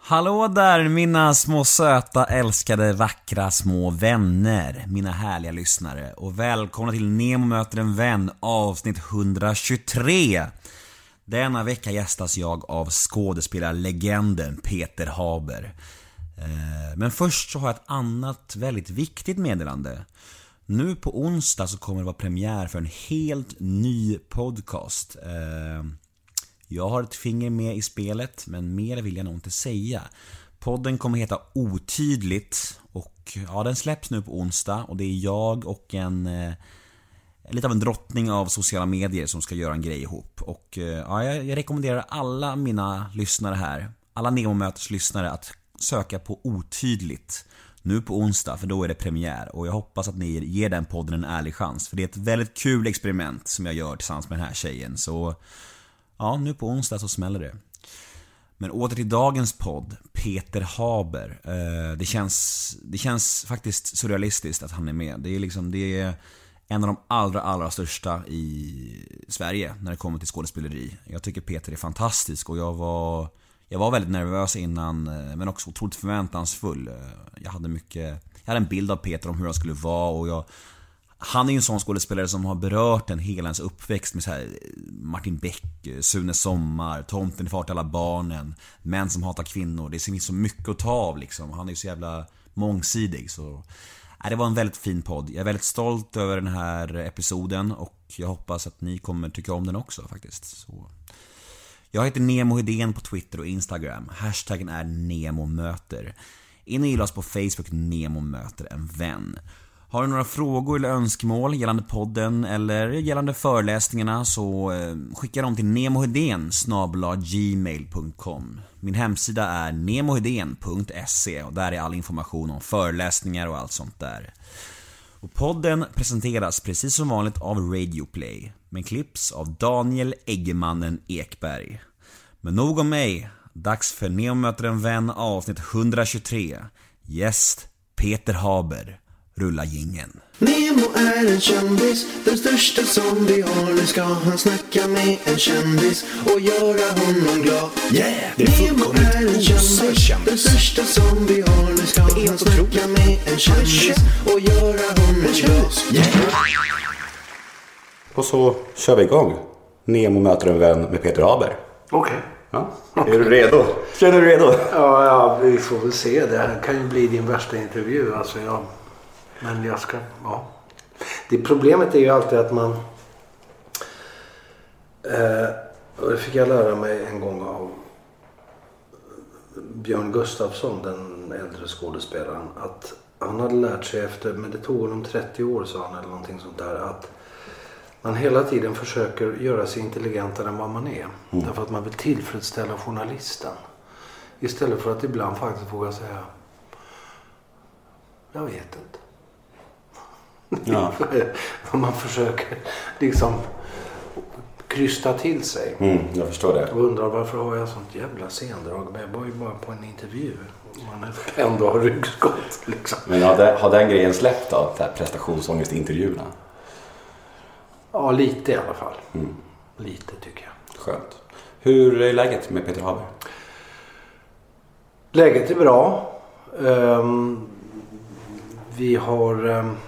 Hallå där mina små söta, älskade, vackra små vänner, mina härliga lyssnare, och välkomna till Nemo möter en vän, avsnitt 123. Denna vecka gästas jag av skådespelarlegenden Peter Haber. Men först så har jag ett annat väldigt viktigt meddelande. Nu på onsdag så kommer det vara premiär för en helt ny podcast. Jag har ett finger med i spelet, men mer vill jag nog inte säga. Podden kommer heta Otydligt och ja, den släpps nu på onsdag. Och det är jag och lite av en drottning av sociala medier som ska göra en grej ihop. Och ja, jag rekommenderar alla mina lyssnare här, alla Nemo Möters lyssnare, att söka på Otydligt nu på onsdag, för då är det premiär. Och jag hoppas att ni ger den podden en ärlig chans, för det är ett väldigt kul experiment som jag gör tillsammans med den här tjejen. Så ja, nu på onsdag så smäller det. Men åter till dagens podd, Peter Haber. Det känns faktiskt surrealistiskt att han är med. Det är en av de allra största i Sverige när det kommer till skådespeleri. Jag tycker Peter är fantastisk, och jag var väldigt nervös innan, men också otroligt förväntansfull. Jag hade en bild av Peter om hur han skulle vara, och han är ju en sån skådespelare som har berört en hela ens uppväxt med så här Martin Beck, Sune Sommar, Tomten i fart alla barnen, Män som hatar kvinnor. Det finns så mycket att ta av liksom. Han är ju så jävla mångsidig, så det var en väldigt fin podd. Jag är väldigt stolt över den här episoden, och jag hoppas att ni kommer tycka om den också faktiskt. Så jag heter Nemo Hedén på Twitter och Instagram. Hashtaggen är NEMOMÖTER. In och gilla oss på Facebook, Nemo möter en vän. Har du några frågor eller önskemål gällande podden eller gällande föreläsningarna, så skicka dem till nemoheden@gmail.com. Min hemsida är nemoheden.se, och där är all information om föreläsningar och allt sånt där. Och podden presenteras precis som vanligt av Radioplay, med klipps av Daniel Eggemannen Ekberg. Men nog om mig, dags för Nemo möter en vän, avsnitt 123. Gäst Peter Haber. Rulla jingeln. Nemo är en kändis, den största som vi har. Nu ska han snacka med en kändis och göra honom glad. Yeah! Nemo är en kändis, den största som vi har. Nu ska han snacka med en kändis och göra honom glad. Yeah! Och så kör vi igång. Nemo möter en vän med Peter Haber. Okej. Ja. Är du redo? Känner du redo? Ja, vi får väl se. Det här kan ju bli din värsta intervju. Alltså, men jag ska... Ja. Det problemet är ju alltid att man... och det fick jag lära mig en gång av Björn Gustafsson, den äldre skådespelaren, att han hade lärt sig efter, men det tog honom 30 år, sa han, eller någonting sånt där, att man hela tiden försöker göra sig intelligentare än vad man är. Därför att man vill tillfredsställa journalisten. Istället för att ibland faktiskt våga säga: jag vet inte. Ja. Man försöker liksom krysta till sig. Jag förstår det. Och undrar varför har jag sånt jävla sendrag. Men jag var ju bara på en intervju. Man ändå har ryggskott liksom. Men har den grejen släppt då? Prestationsångest-intervjuerna? Ja, lite i alla fall. Lite tycker jag. Skönt. Hur är läget med Peter Haber? Läget är bra. Vi har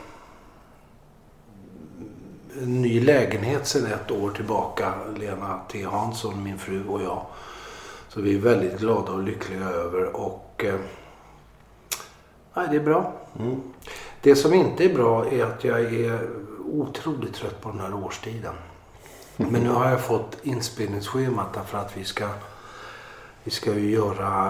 en ny lägenhet sedan ett år tillbaka. Lena T. Hansson, min fru och jag. Så vi är väldigt glada och lyckliga över. Och det är bra. Det som inte är bra är att jag är otroligt trött på den här årstiden. Men nu har jag fått inspelningsschemat därför att vi ska ju göra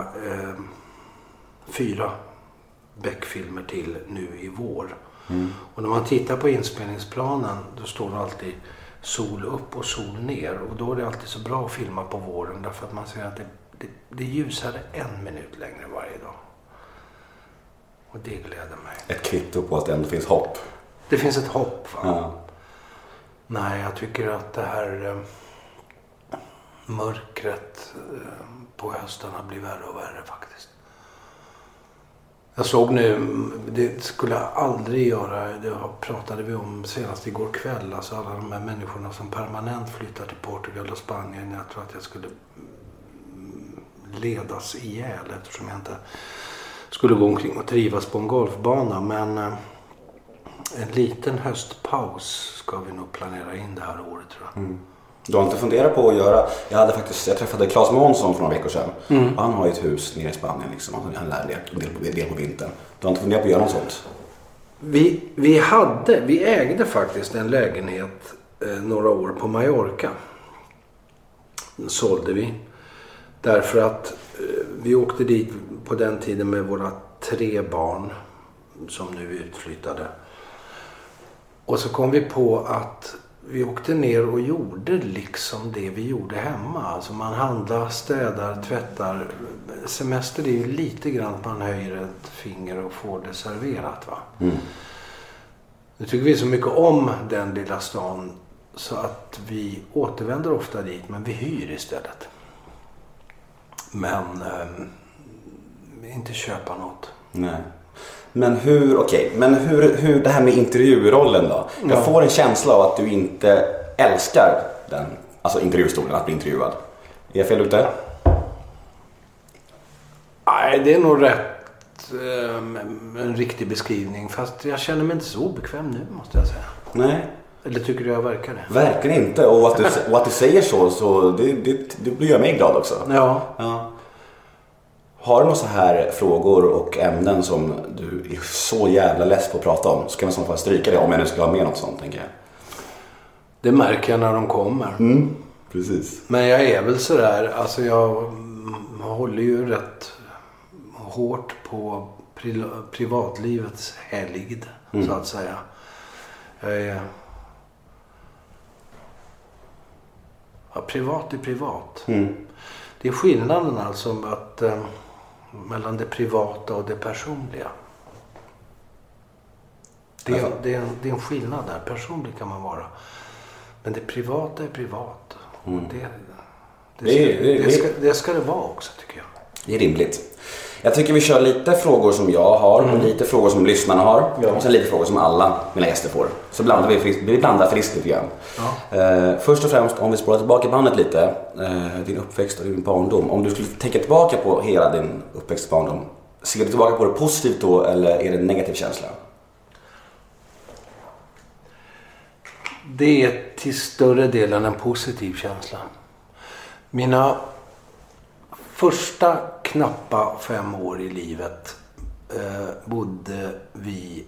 4 Beck-filmer till nu i vår. Och när man tittar på inspelningsplanen, då står det alltid sol upp och sol ner. Och då är det alltid så bra att filma på våren, därför att man ser att det ljusar 1 minut längre varje dag. Och det gläder mig. Ett kvitto på att det ändå finns hopp. Det finns ett hopp, va? Ja. Nej, jag tycker att det här mörkret på hösten har blivit värre och värre faktiskt. Jag såg nu, det skulle jag aldrig göra, det pratade vi om senast igår kväll, alltså alla de här människorna som permanent flyttar till Portugal och Spanien. Jag tror att jag skulle ledas ihjäl eftersom jag inte skulle gå omkring och trivas på en golfbana. Men en liten höstpaus ska vi nog planera in det här året, tror jag. Du har inte funderat på att göra... Jag träffade Claes Månsson för några veckor sedan. Och han har ju ett hus nere i Spanien liksom. Han lär en del på vintern. Du har inte funderat på att göra något sånt? Vi ägde faktiskt en lägenhet några år på Mallorca. Den sålde vi. Därför att vi åkte dit på den tiden med våra 3 barn som nu är utflyttade. Och så kom vi på att vi åkte ner och gjorde liksom det vi gjorde hemma. Alltså man handlar, städar, tvättar. Semester är ju lite grann att man höjer ett finger och får det serverat, va? Nu tycker vi så mycket om den lilla stan så att vi återvänder ofta dit, men vi hyr istället. Men inte köpa något. Nej. Men hur det här med intervjurollen då? Jag får en känsla av att du inte älskar den, alltså intervjustolen, att bli intervjuad. Är jag fel ute? Nej, det är nog rätt en riktig beskrivning. Fast jag känner mig inte så obekväm nu, måste jag säga. Nej. Eller tycker du jag verkar det? Verkligen inte. Och att du säger så det gör mig glad också. Ja. Har du några så här frågor och ämnen som du är så jävla less på att prata om, så kan man i så fall stryka det om jag nu ska ha med något sånt, tänker jag. Det märker jag när de kommer. Precis. Men jag är väl sådär, alltså jag håller ju rätt hårt på privatlivets helgd, så att säga. Privat är privat. Det är skillnaden alltså att mellan det privata och det personliga. Det är en skillnad där. Personlig kan man vara. Men det privata är privat. Och det ska det vara också, tycker jag. Det är rimligt. Jag tycker vi kör lite frågor som jag har och lite frågor som lyssnarna har. Och sen lite frågor som alla mina gäster får. Så blandar vi blandar friskt lite grann. Först och främst, om vi spårar tillbaka bandet lite, din uppväxt och din barndom. Om du skulle tänka tillbaka på hela din uppväxt och barndom, ser du tillbaka på det positivt då, eller är det en negativ känsla? Det är till större delen en positiv känsla. Mina första knappa 5 år i livet bodde vi...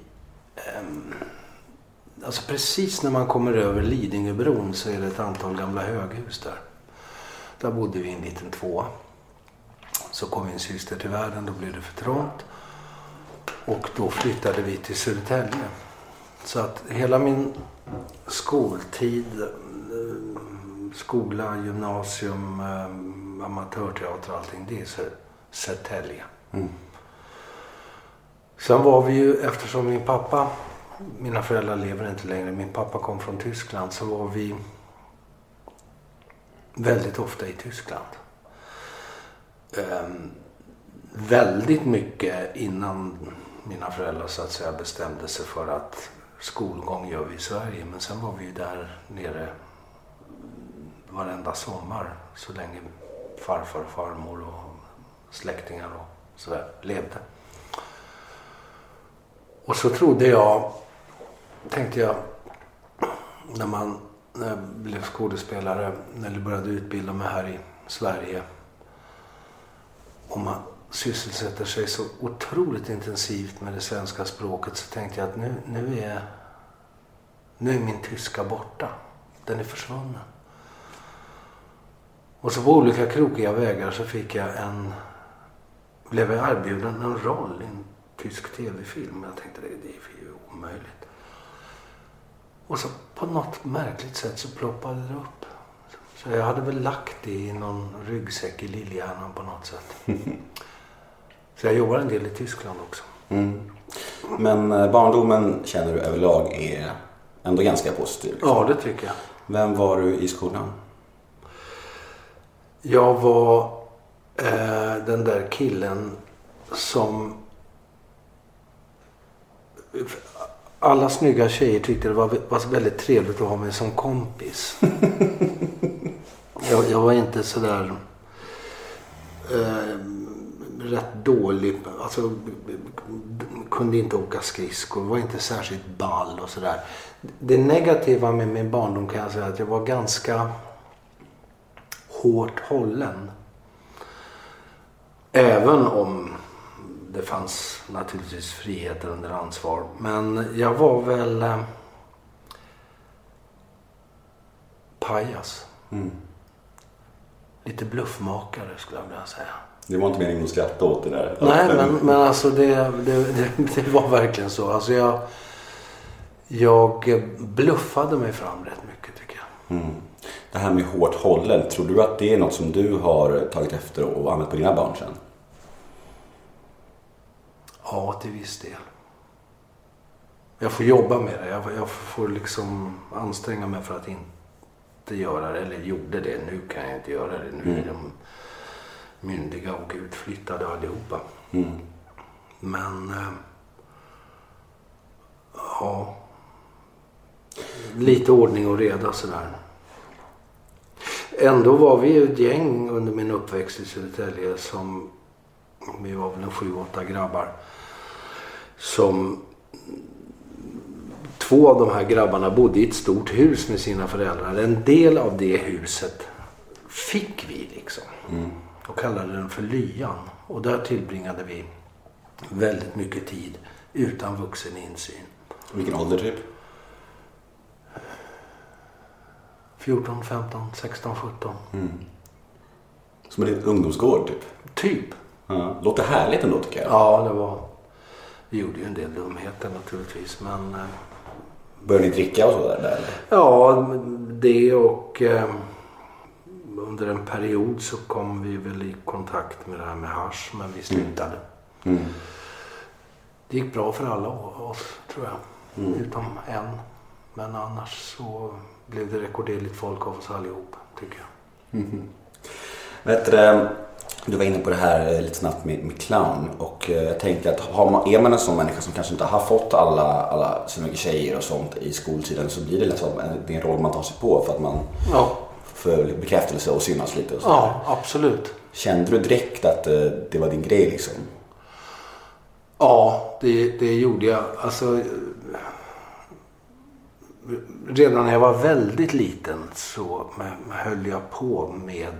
alltså precis när man kommer över Lidingöbron så är det ett antal gamla höghus där. Där bodde vi i en liten 2. Så kom min syster till världen, då blev det för trångt. Och då flyttade vi till Södertälje. Så att hela min skoltid, skola, gymnasium, amatörteater och allting, det är Södertälje. Sen var vi ju, eftersom mina föräldrar lever inte längre, min pappa kom från Tyskland, så var vi väldigt ofta i Tyskland. Väldigt mycket innan mina föräldrar så att säga bestämde sig för att skolgång gör vi i Sverige. Men sen var vi ju där nere varenda sommar så länge farfar och farmor och släktingar och sådär levde. Och så tänkte jag när jag blev skådespelare, eller började utbilda mig här i Sverige, om man sysselsätter sig så otroligt intensivt med det svenska språket, så tänkte jag att nu är min tyska borta. Den är försvunnen. Och så på olika krokiga vägar så blev jag erbjuden en roll i en tysk tv-film. Jag tänkte det är ju omöjligt. Och så på något märkligt sätt så ploppade det upp. Så jag hade väl lagt det i någon ryggsäck i Lillhjärnan på något sätt. Så jag jobbar en del i Tyskland också. Men barndomen känner du överlag är ändå ganska positiv? Liksom. Ja, det tycker jag. Vem var du i skolan? Jag var den där killen som alla snygga tjejer tyckte det var väldigt trevligt att ha mig som kompis. Jag var inte så där rätt dålig. Alltså, kunde inte åka skridskor. Var inte särskilt ball och sådär. Det negativa med min barndom kan jag säga att jag var ganska hårt hållen. Även om det fanns naturligtvis friheter under ansvar. Men jag var väl pajas. Lite bluffmakare skulle jag vilja säga. Det var inte meningen att skratta åt det där. Nej, men alltså det var verkligen så. Alltså jag bluffade mig fram rätt mycket tycker jag. Det här med hårt hållen, tror du att det är något som du har tagit efter och använt på dina barn sen? Ja, till viss del. Jag får jobba med det. Jag får liksom anstränga mig för att inte göra det. Eller gjorde det. Nu kan jag inte göra det. Nu är de myndiga och utflyttade allihopa. Men ja, lite ordning och reda sådär. Ändå var vi ett gäng under min uppväxt i Södertälje som, vi var väl en 7-8 grabbar, som 2 av de här grabbarna bodde i ett stort hus med sina föräldrar. En del av det huset fick vi liksom. Och kallade den för Lyan. Och där tillbringade vi väldigt mycket tid utan vuxen insyn. Vilken ålder typ? 14, 15, 16, 17. Som en ungdomsgård typ? Typ. Ja, låter härligt ändå tycker jag. Ja, det var... Vi gjorde ju en del dumheter naturligtvis, men... Började ni dricka och så där? Eller? Ja, det och... under en period så kom vi väl i kontakt med det här med hasch, men vi slutade. Det gick bra för alla oss, tror jag. Utom en. Men annars så blev det rekorderligt folk av oss allihop, tycker jag. Vet du var inne på det här lite snabbt med clown. Och jag tänker att är man en sån människa som kanske inte har fått alla så mycket tjejer och sånt i skoltiden, så blir det liksom en roll man tar sig på för att man... Ja. För bekräftelse och synas lite och så. Ja, absolut. Kände du direkt att det var din grej liksom? Ja, det gjorde jag. Alltså, redan när jag var väldigt liten så höll jag på med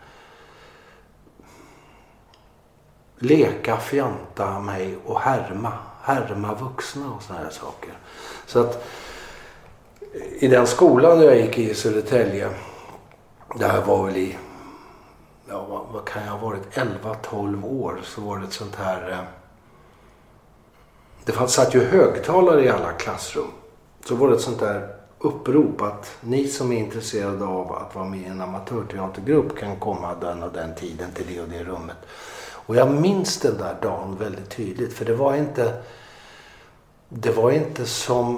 leka, fjanta mig och härma vuxna och såna här saker. Så att i den skolan jag gick i Södertälje, det här var väl i, ja, vad kan jag ha varit, 11-12 år, så var det ett sånt här, det satt ju högtalare i alla klassrum. Så var det ett sånt där upprop att ni som är intresserade av att vara med i en amatörteatergrupp kan komma den och den tiden till det och det rummet. Och jag minns den där dagen väldigt tydligt, för det var inte som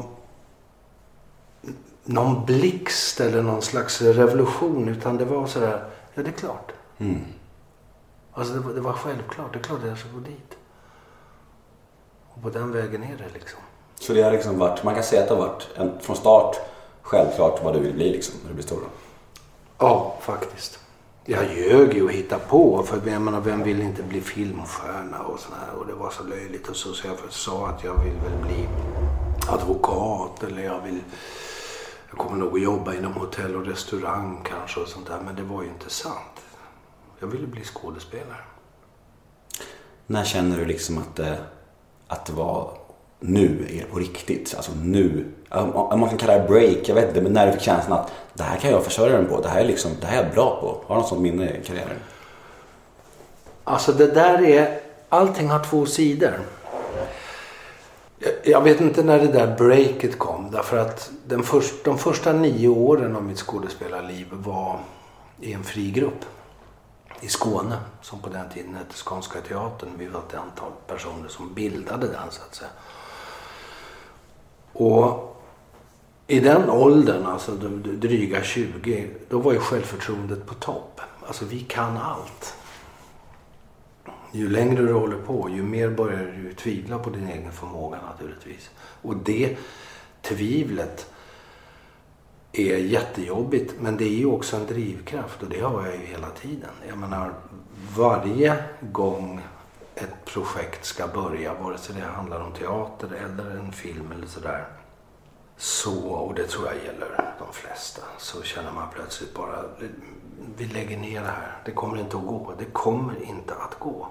någon blixt eller någon slags revolution, utan det var sådär, ja det är klart. Alltså det var självklart, det är klart att jag ska gå dit. Och på den vägen är det liksom. Så det har liksom varit, man kan säga att det har varit från start självklart vad du vill bli liksom när du blir stor? Ja, faktiskt. Jag ljög ju och hittade på, för jag menar, vem vill inte bli filmstjärna och sådär, och det var så löjligt och så jag sa att jag vill väl bli advokat, eller jag kommer nog att jobba inom hotell och restaurang kanske och sånt där, men det var ju inte sant. Jag ville bli skådespelare. När känner du liksom att det var nu är det på riktigt? Alltså nu, man kan kalla det break, jag vet inte, men när du fick känslan att det här kan jag försörja den på, det här är jag bra på. Har du något sånt minne i karriären? Alltså det där är, allting har 2 sidor. Jag vet inte när det där breaket kom, därför att de första 9 åren av mitt skådespelarliv var i en fri grupp i Skåne, som på den tiden hette Skånska teatern. Vi var ett antal personer som bildade den, så att säga. Och i den åldern, alltså dryga 20, då var ju självförtroendet på topp. Alltså vi kan allt. Ju längre du håller på, ju mer börjar du tvivla på din egen förmåga naturligtvis. Och det tvivlet är jättejobbigt, men det är ju också en drivkraft och det har jag ju hela tiden. Jag menar, varje gång ett projekt ska börja, vare sig det handlar om teater eller en film eller sådär, så, och det tror jag gäller de flesta, så känner man plötsligt bara, vi lägger ner det här, det kommer inte att gå, det kommer inte att gå.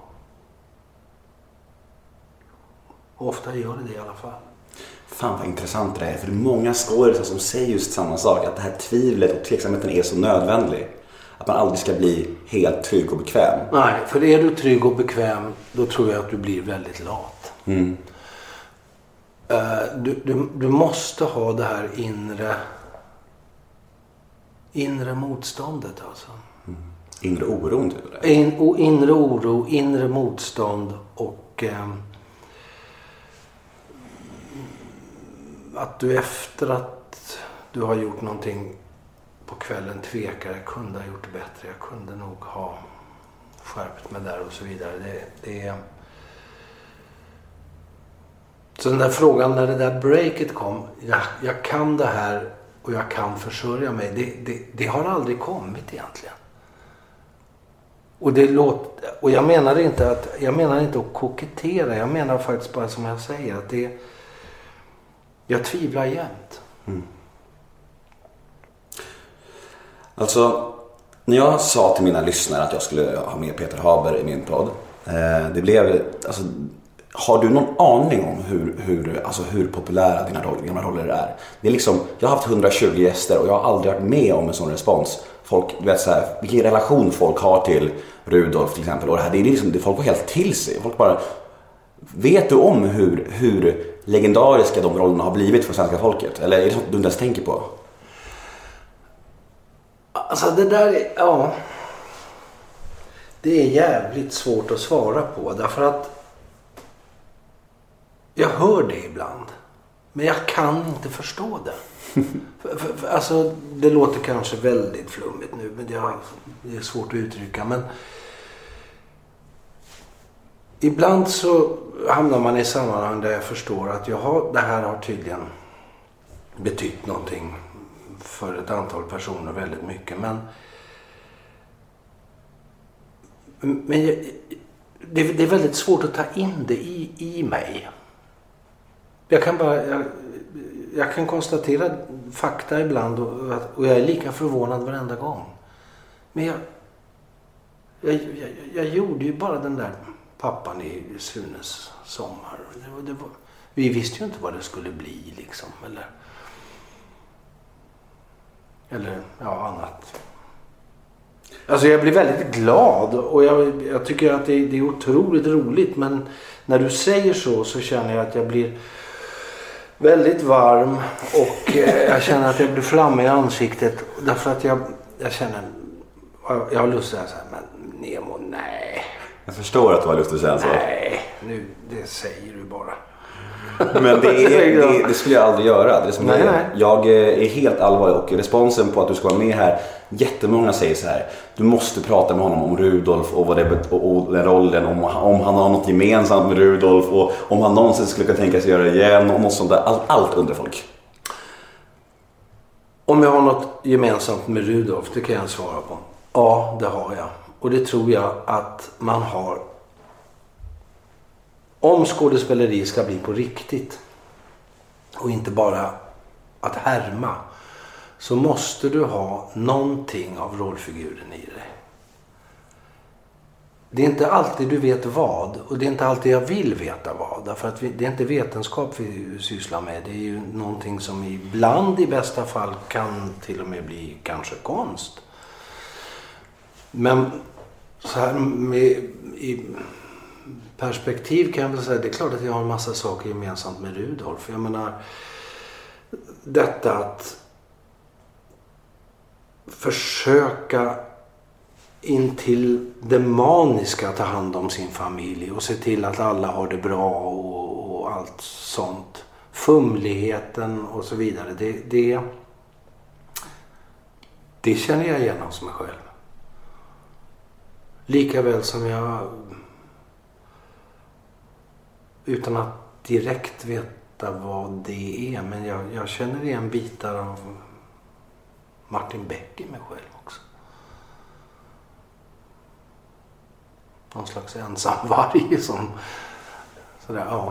Och ofta gör det i alla fall. Fan vad intressant det är, för det är många skådespelare som säger just samma sak, att det här tvivlet och tveksamheten är så nödvändig. Att man aldrig ska bli helt trygg och bekväm. Nej, för är du trygg och bekväm, då tror jag att du blir väldigt lat. Mm. Du måste ha det här inre motståndet alltså. Mm. Inre oron typ det. Inre oro, inre motstånd och att du efter att du har gjort någonting på kvällen tvekar, jag kunde ha gjort det bättre, jag kunde nog ha skärpt mig där och så vidare. Det är... Så den där frågan när det där breaket kom, jag kan det här och jag kan försörja mig, det har aldrig kommit egentligen. Och jag menar inte att kokettera, jag menar faktiskt bara som jag säger att jag tvivlar jämt. Mm. Alltså, när jag sa till mina lyssnare att jag skulle ha med Peter Haber i min podd, det blev, alltså, har du någon aning om hur populära dina roller är? Det är liksom, jag har haft 120 gäster och jag har aldrig varit med om en sån respons. Folk, du vet så här, vilken relation folk har till Rudolf till exempel, och det här, det är liksom, det folk går helt till sig. Folk bara, vet du om hur legendariska de rollerna har blivit för svenska folket? Eller är det sånt du inte ens tänker på? Alltså det där är, ja, det är jävligt svårt att svara på, därför att jag hör det ibland, men jag kan inte förstå det. Alltså det låter kanske väldigt flummigt nu, men det är svårt att uttrycka, men ibland så hamnar man i sammanhang där jag förstår att det här har tydligen betytt någonting för ett antal personer väldigt mycket, men det är väldigt svårt att ta in det i mig. Jag kan konstatera fakta ibland och jag är lika förvånad varenda gång. Men jag gjorde ju bara den där pappan i Sunes sommar. Vi visste ju inte vad det skulle bli liksom, eller ja, annat. Alltså jag blir väldigt glad och jag tycker att det är otroligt roligt, men när du säger så känner jag att jag blir väldigt varm och jag känner att jag blir flammig i ansiktet, därför att jag känner, jag har lust att säga så här, men Nemo, nej. Jag förstår att du har lust att säga så. Nej, nu, det säger du bara. Men det skulle jag aldrig göra. Det är som nej. Jag är helt allvarlig, och responsen på att du ska vara med här, jättemånga säger så här: du måste prata med honom om Rudolf och vad det och den rollen, om han har något gemensamt med Rudolf och om han någonsin skulle kunna tänka sig göra det igen och något sånt där. Allt undrar folk. Om jag har något gemensamt med Rudolf, det kan jag svara på. Ja, det har jag. Och det tror jag att man har. Om skådespeleri ska bli på riktigt och inte bara att härma, så måste du ha någonting av rollfiguren i dig. Det är inte alltid du vet vad, och det är inte alltid jag vill veta vad, därför att det är inte vetenskap vi sysslar med. Det är ju någonting som ibland i bästa fall kan till och med bli kanske konst. Men så här i perspektiv kan jag väl säga, det är klart att jag har en massa saker gemensamt med Rudolf. Jag menar, detta att försöka in till det maniska ta hand om sin familj och se till att alla har det bra och allt sånt. Fumligheten och så vidare. Det känner jag igen hos mig själv. Likaväl som jag, utan att direkt veta vad det är, men jag känner igen bitar av Martin Beck i mig själv också. Någon slags ensam varg som sådär, ja.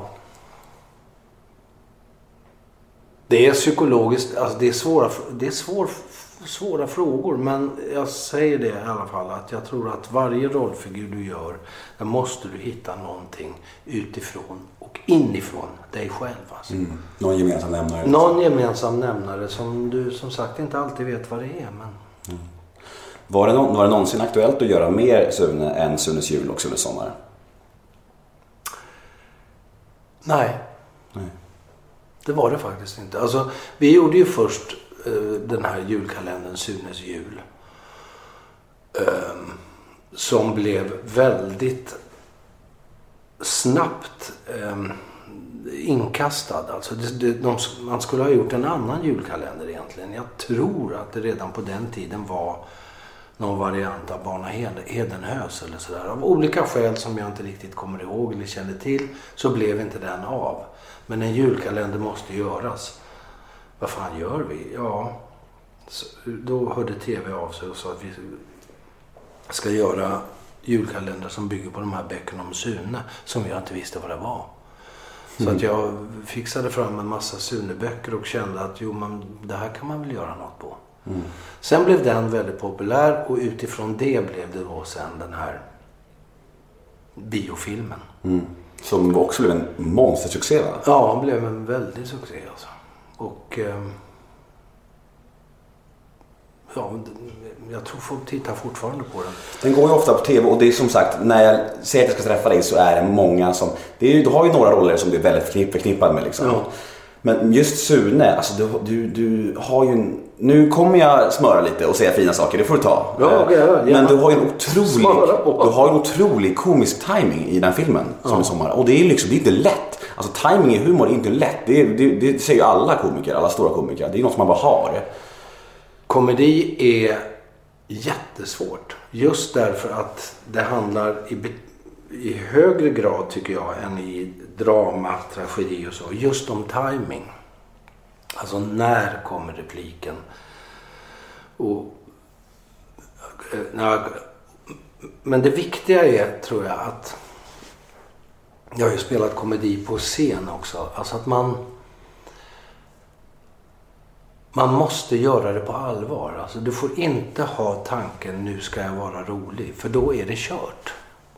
Det är psykologiskt, alltså det är svåra frågor, men jag säger det i alla fall att jag tror att varje rollfigur du gör, där måste du hitta någonting utifrån och inifrån dig själv. Alltså. Någon gemensam nämnare. Någon gemensam nämnare som du som sagt inte alltid vet vad det är. Men... Var det någonsin aktuellt att göra mer Sune än Sunes jul och Sunes sommar? Nej. Det var det faktiskt inte. Alltså, vi gjorde ju först den här julkalendern Sunes jul. Som blev väldigt snabbt inkastad. Alltså man skulle ha gjort en annan julkalender egentligen. Jag tror att det redan på den tiden var någon variant av Barna Hedenhös eller sådär. Av olika skäl som jag inte riktigt kommer ihåg eller känner till så blev inte den av. Men en julkalender måste göras. Vad fan gör vi? Ja, då hörde TV av sig och sa att vi ska göra julkalender som bygger på de här böckerna om Sune som jag inte visste vad det var. Så att jag fixade fram en massa Sune-böcker och kände att det här kan man väl göra något på. Sen blev den väldigt populär och utifrån det blev det då sen den här biofilmen. Som också blev en monstersuccé, va? Ja, den blev en väldig succé alltså. Och jag tror folk tittar fortfarande på den. Den går ju ofta på tv och det är som sagt, när jag säger att jag ska träffa dig så är det många som... Du har ju några roller som du är väldigt förknippad med liksom. Ja. Men just Sune, alltså du har ju nu kommer jag smöra lite och säga fina saker, det får du ta. Ja, okay, men du har ju en otrolig komisk timing i den filmen som är sommar. Och det är liksom, det är inte lätt. Alltså timing i humor är inte lätt. Det säger ju alla komiker, alla stora komiker. Det är något som man bara har. Komedi är jättesvårt. Just därför att det handlar i högre grad tycker jag än i drama, tragedi och så. Just om timing. Alltså när kommer repliken? Men det viktiga är, tror jag, att jag har ju spelat komedi på scen också. Alltså att man måste göra det på allvar. Alltså du får inte ha tanken nu ska jag vara rolig. För då är det kört.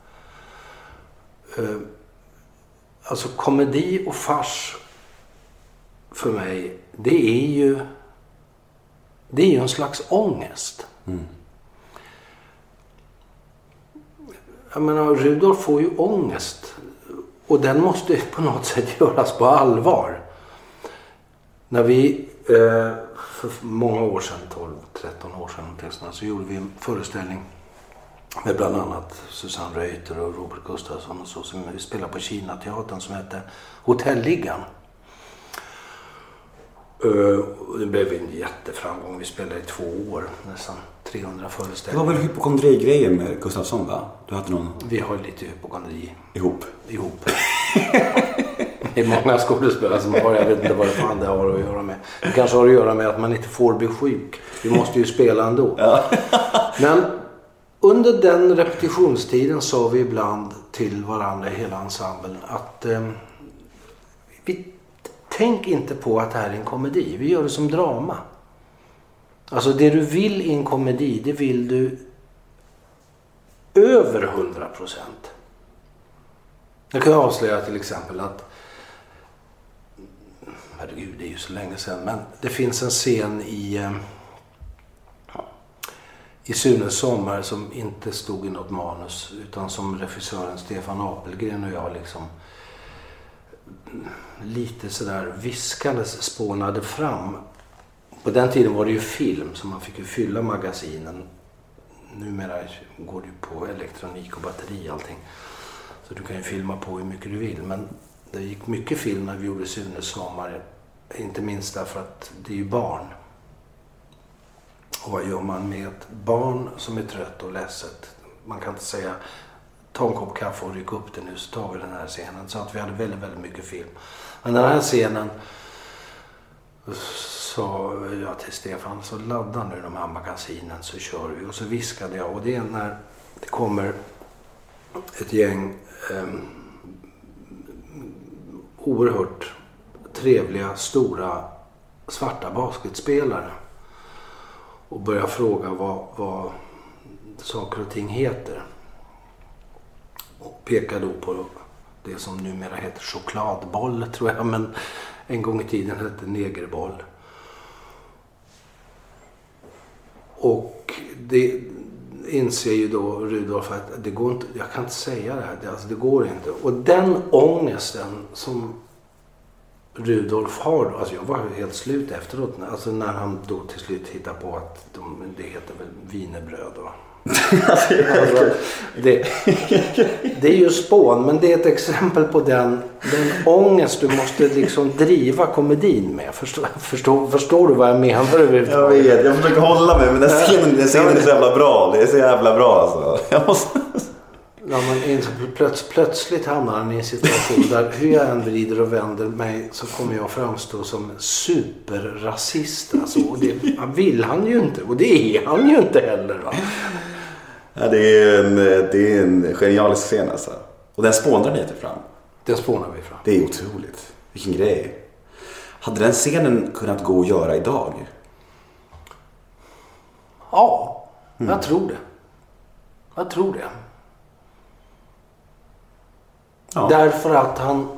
Alltså komedi och fars för mig, det är ju en slags ångest. Jag menar, Rudolf får ju ångest. Och den måste på något sätt göras på allvar. När vi för många år sedan, 12-13 år sedan, så gjorde vi en föreställning med bland annat Susanne Reuter och Robert Gustafsson och så, som vi spelade på Kina-teatern som hette Hotelliggan. Det blev en jätteframgång. Vi spelade i 2 år, nästan 300 föreställningar. Det var väl hypokondri-grejer med Gustafsson, va? Du hade någon... Vi har lite hypokondri. Ihop. Det är många skådespelare som har, jag vet inte vad det fan det har att göra med. Det kanske har att göra med att man inte får bli sjuk. Vi måste ju spela ändå. Ja. Men under den repetitionstiden sa vi ibland till varandra i hela ensemblen att vi tänk inte på att det här är en komedi. Vi gör det som drama. Alltså det du vill i en komedi, det vill du över 100%. Jag kan avslöja till exempel att, herregud, det är ju så länge sedan, men det finns en scen i Sunes sommar som inte stod i något manus, utan som regissören Stefan Apelgren och jag liksom lite sådär viskandes spånade fram. På den tiden var det ju film, så man fick ju fylla magasinen. Numera går det ju på elektronik och batteri allting. Så du kan ju filma på hur mycket du vill. Men det gick mycket film när vi gjorde Sunes sommar. Inte minst därför att det är ju barn. Och vad gör man med ett barn som är trött och ledset? Man kan inte säga ta en kopp kaffe och rycka upp det nu så tar vi den här scenen. Så att vi hade väldigt, väldigt mycket film. Men den här scenen, Då sa jag till Stefan, så ladda nu de här magasinen så kör vi. Och så viskade jag, och det är när det kommer ett gäng oerhört trevliga, stora, svarta basketspelare och börjar fråga vad saker och ting heter. Och pekar då på det som numera heter chokladboll, tror jag, men en gång i tiden hette negerboll. Och det inser ju då Rudolf att det går inte, jag kan inte säga det här, det går inte. Och den ångesten som Rudolf har, alltså jag var helt slut efteråt, alltså när han då till slut hittar på att det heter väl wienerbröd va? Alltså, det är ju spån, men det är ett exempel på den ångest du måste liksom driva komedin med. Förstår du vad jag menar överhuvudtaget? Jag vet, jag försöker hålla mig, men den scenen är så jävla bra. Det är så jävla bra alltså. Ja, men plötsligt hamnar han i en situation där hur jag än vrider och vänder mig så kommer jag framstå som superrasist. Alltså, och det vill han ju inte, och det är han ju inte heller va? Ja, det är en genialisk scen alltså. Och den spånar ni fram. Den spånar vi fram. Det är otroligt. Vilken grej. Hade den scenen kunnat gå att göra idag? Ja, jag tror det. Ja. Därför att han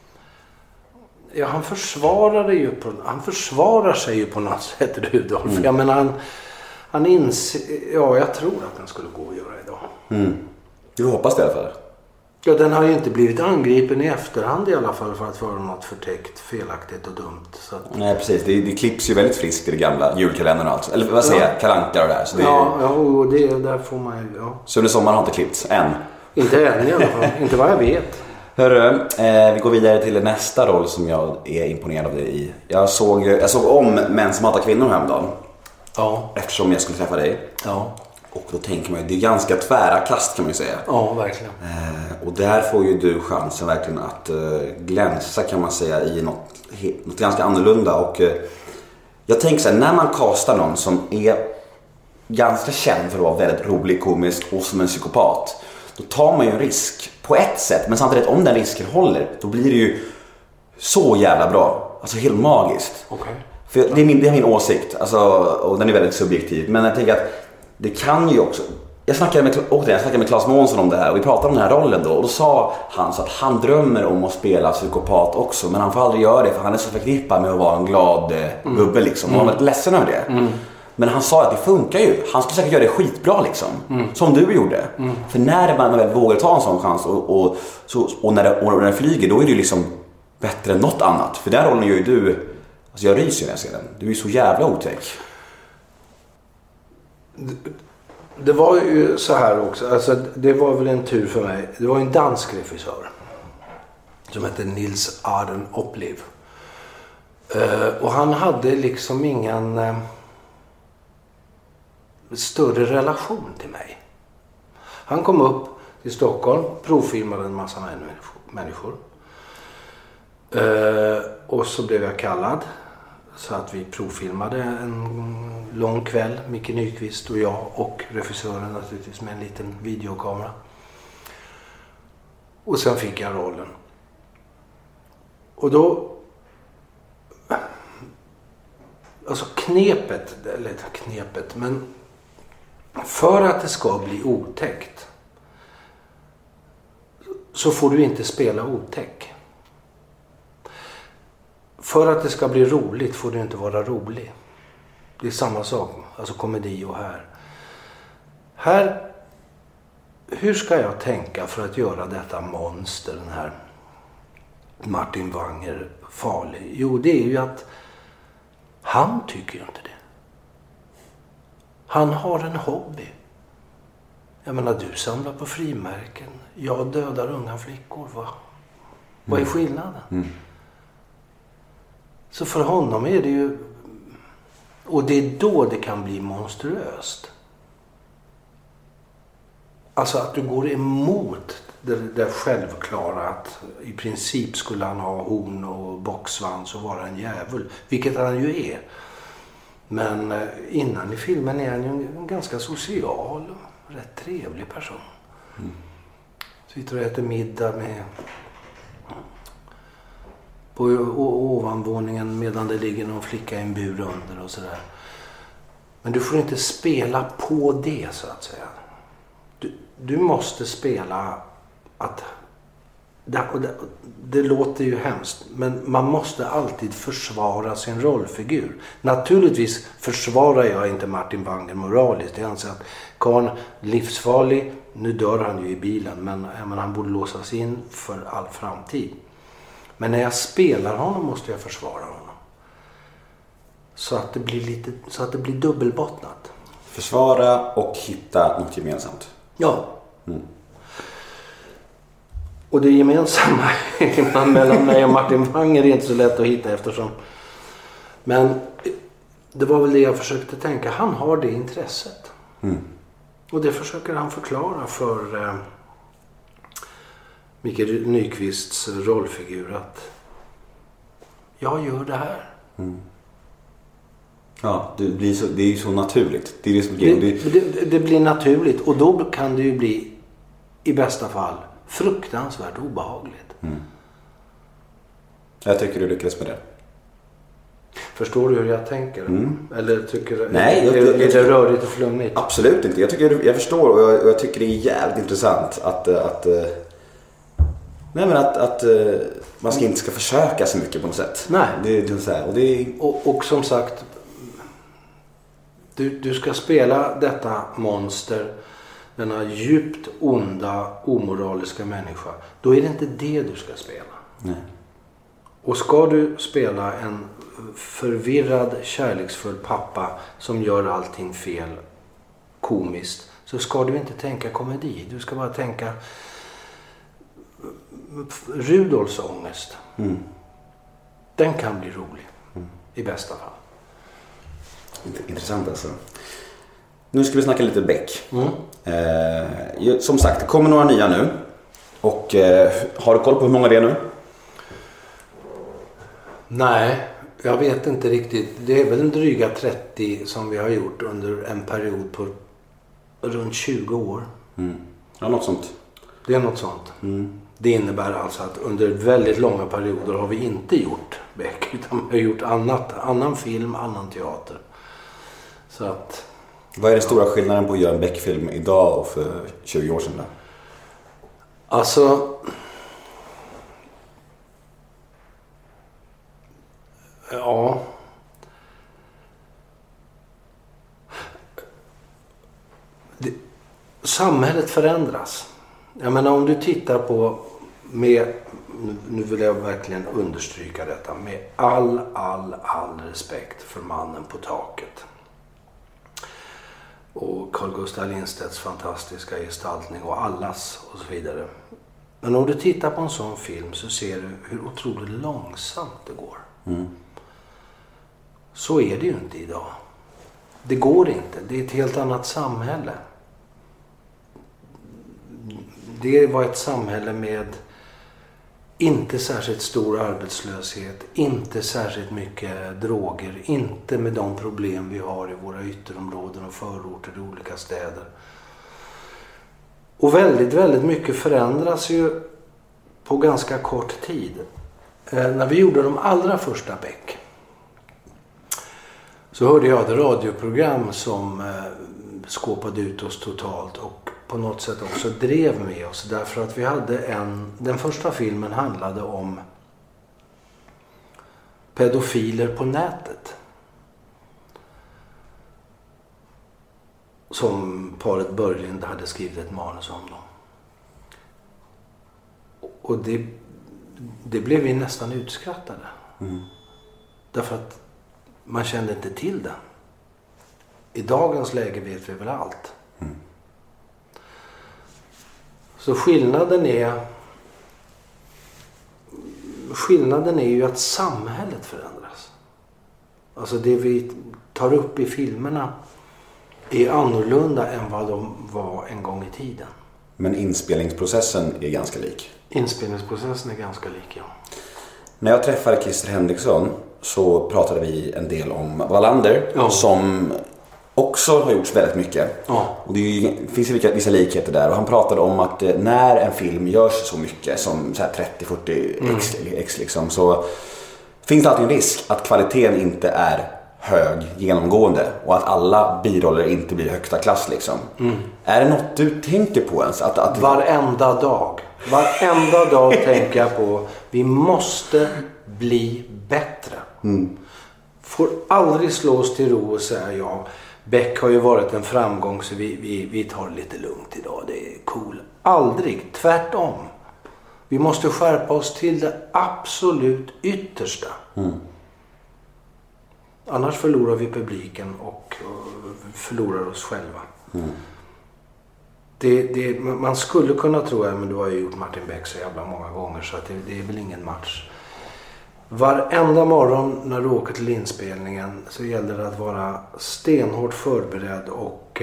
försvarar sig ju på något sätt, Rudolf. Jag menar han inser, jag tror att den skulle gå att göra idag. Du hoppas det i alla fall. Ja, den har ju inte blivit angripen i efterhand i alla fall för att vara något förtäckt, felaktigt och dumt. Så att... Nej, precis. Det klipps ju väldigt friskt i det gamla julkalendern och allt. Eller vad säger jag? Kalanka och det där. Så det och det där får man ju... Ja. Så under sommaren har inte klippts än? Inte än i alla fall. Inte vad jag vet. Hörru, vi går vidare till nästa roll som jag är imponerad av dig i. Jag såg om Män som hatar kvinnor häromdagen. Ja. Eftersom jag skulle träffa dig. Ja. Och då tänker man ju, det är ganska tvära kast kan man ju säga. Ja, verkligen. Och där får ju du chansen verkligen att glänsa kan man säga i något ganska annorlunda. Och jag tänker så här, när man castar någon som är ganska känd för att vara väldigt rolig, komisk och som en psykopat, då tar man ju en risk på ett sätt. Men samtidigt om den risken håller, då blir det ju så jävla bra. Alltså helt magiskt. Okay. För det är min åsikt. Alltså, och den är väldigt subjektiv. Men jag tänker att det kan ju också... Jag snackade med Claes Månsson om det här. Och vi pratade om den här rollen då. Och då sa han så att han drömmer om att spela psykopat också. Men han får aldrig göra det. För han är så förknippad med att vara en glad gubbe liksom. Och han var väldigt ledsen över det. Men han sa att det funkar ju. Han skulle säkert göra det skitbra liksom. Som du gjorde. För när man väl vågar ta en sån chans och när det flyger, då är det ju liksom bättre än något annat. För där rollen gör ju du... Alltså jag ryser när jag ser den. Du är ju så jävla otäck. Det var ju så här också. Alltså det var väl en tur för mig. Det var en dansk regissör. Som hette Nils Arden Oplev. Och han hade liksom ingen... större relation till mig. Han kom upp till Stockholm, provfilmade en massa människor. Och så blev jag kallad så att vi provfilmade en lång kväll, Micke Nyqvist och jag och regissören naturligtvis med en liten videokamera. Och sen fick jag rollen. Och då alltså knepet, men för att det ska bli otäckt så får du inte spela otäck. För att det ska bli roligt får du inte vara rolig. Det är samma sak, alltså komedi och här. Hur ska jag tänka för att göra detta monster, den här Martin Wanger, farlig? Jo, det är ju att han tycker ju inte det. Han har en hobby. Jag menar, du samlar på frimärken. Jag dödar unga flickor, va? Vad är skillnaden? Så för honom är det ju... Och det är då det kan bli monstruöst. Alltså att du går emot det självklara att i princip skulle han ha horn och boxsvans och vara en djävul. Vilket han ju är. Men innan i filmen är han ju en ganska social och rätt trevlig person. Sitter och äter middag med på ovanvåningen medan det ligger någon flicka i en bur under och sådär. Men du får inte spela på det, så att säga. Du måste spela att... Det låter ju hemskt, men man måste alltid försvara sin rollfigur. Naturligtvis försvarar jag inte Martin Wanger moraliskt. Jag anser att karln livsfarlig, nu dör han ju i bilen, men han borde låsas in för all framtid. Men när jag spelar honom måste jag försvara honom. Så att det blir dubbelbottnat. Försvara och hitta något gemensamt. Ja. Och det gemensamma mellan mig och Martin Wanger är inte så lätt att hitta eftersom... Men det var väl det jag försökte tänka. Han har det intresset. Och det försöker han förklara för Mikael Nyqvists rollfigur att jag gör det här. Ja, det är ju så naturligt. Det är det som det blir naturligt och då kan det ju bli i bästa fall fruktansvärt obehagligt. Jag tycker du lyckades med det. Förstår du hur jag tänker? Eller tycker du Nej, är det rörigt och flummigt? Absolut inte. Jag förstår och jag tycker det är jävligt intressant att man inte ska försöka så mycket på något sätt. Nej. Det är så här, och som sagt, du ska spela detta monster, denna djupt onda, omoraliska människa. Då är det inte det du ska spela. Nej. Och ska du spela en förvirrad, kärleksfull pappa som gör allting fel, komiskt, så ska du inte tänka komedi. Du ska bara tänka Rudolfs ångest. Den kan bli rolig. I bästa fall. Intressant alltså. Nu ska vi snacka lite Beck. Som sagt, det kommer några nya nu. Och har du koll på hur många det är nu? Nej, jag vet inte riktigt. Det är väl en dryga 30 som vi har gjort under en period på runt 20 år. Ja, något sånt. Det är något sånt. Det innebär alltså att under väldigt långa perioder har vi inte gjort Beck, utan vi har gjort annan film, annan teater. Så att... Vad är den stora skillnaden på att göra en Beck-film idag och för 20 år sedan då? Alltså... Ja... Samhället förändras. Jag menar, om du tittar på nu vill jag verkligen understryka detta, med all respekt för Mannen på taket och Carl Gustaf Lindstedts fantastiska gestaltning och allas och så vidare. Men om du tittar på en sån film så ser du hur otroligt långsamt det går. Så är det ju inte idag. Det går inte. Det är ett helt annat samhälle. Det var ett samhälle med inte särskilt stor arbetslöshet, inte särskilt mycket droger, inte med de problem vi har i våra ytterområden och förorter i olika städer. Och väldigt, väldigt mycket förändras ju på ganska kort tid. När vi gjorde de allra första Beck så hörde jag ett radioprogram som skåpade ut oss totalt och på något sätt också drev med oss, därför att vi hade den första filmen handlade om pedofiler på nätet. Som paret Börjlind hade skrivit ett manus om dem. Och det blev vi nästan utskrattade. Därför att man kände inte till det. I dagens läge vet vi väl allt. Så skillnaden är ju att samhället förändras. Alltså det vi tar upp i filmerna är annorlunda än vad de var en gång i tiden. Men inspelningsprocessen är ganska lik. Inspelningsprocessen är ganska lik, ja. När jag träffade Christer Henriksson så pratade vi en del om Wallander som också har gjorts väldigt mycket. Ja. Och det finns vissa likheter där. Och han pratade om att när en film görs så mycket som så här 30-40 x liksom, så finns det alltid en risk att kvaliteten inte är hög genomgående och att alla biroller inte blir högsta klass liksom. Är det något du tänker på ens? Att... Varenda dag tänker jag på vi måste bli bättre. Får aldrig slås till ro och säga Beck har ju varit en framgång så vi tar det lite lugnt idag, det är cool. Aldrig, tvärtom. Vi måste skärpa oss till det absolut yttersta. Annars förlorar vi publiken och förlorar oss själva. Man skulle kunna tro, men du har ju gjort Martin Beck så jävla många gånger så att det är väl ingen match. Varenda morgon när du åker till inspelningen så gäller det att vara stenhårt förberedd och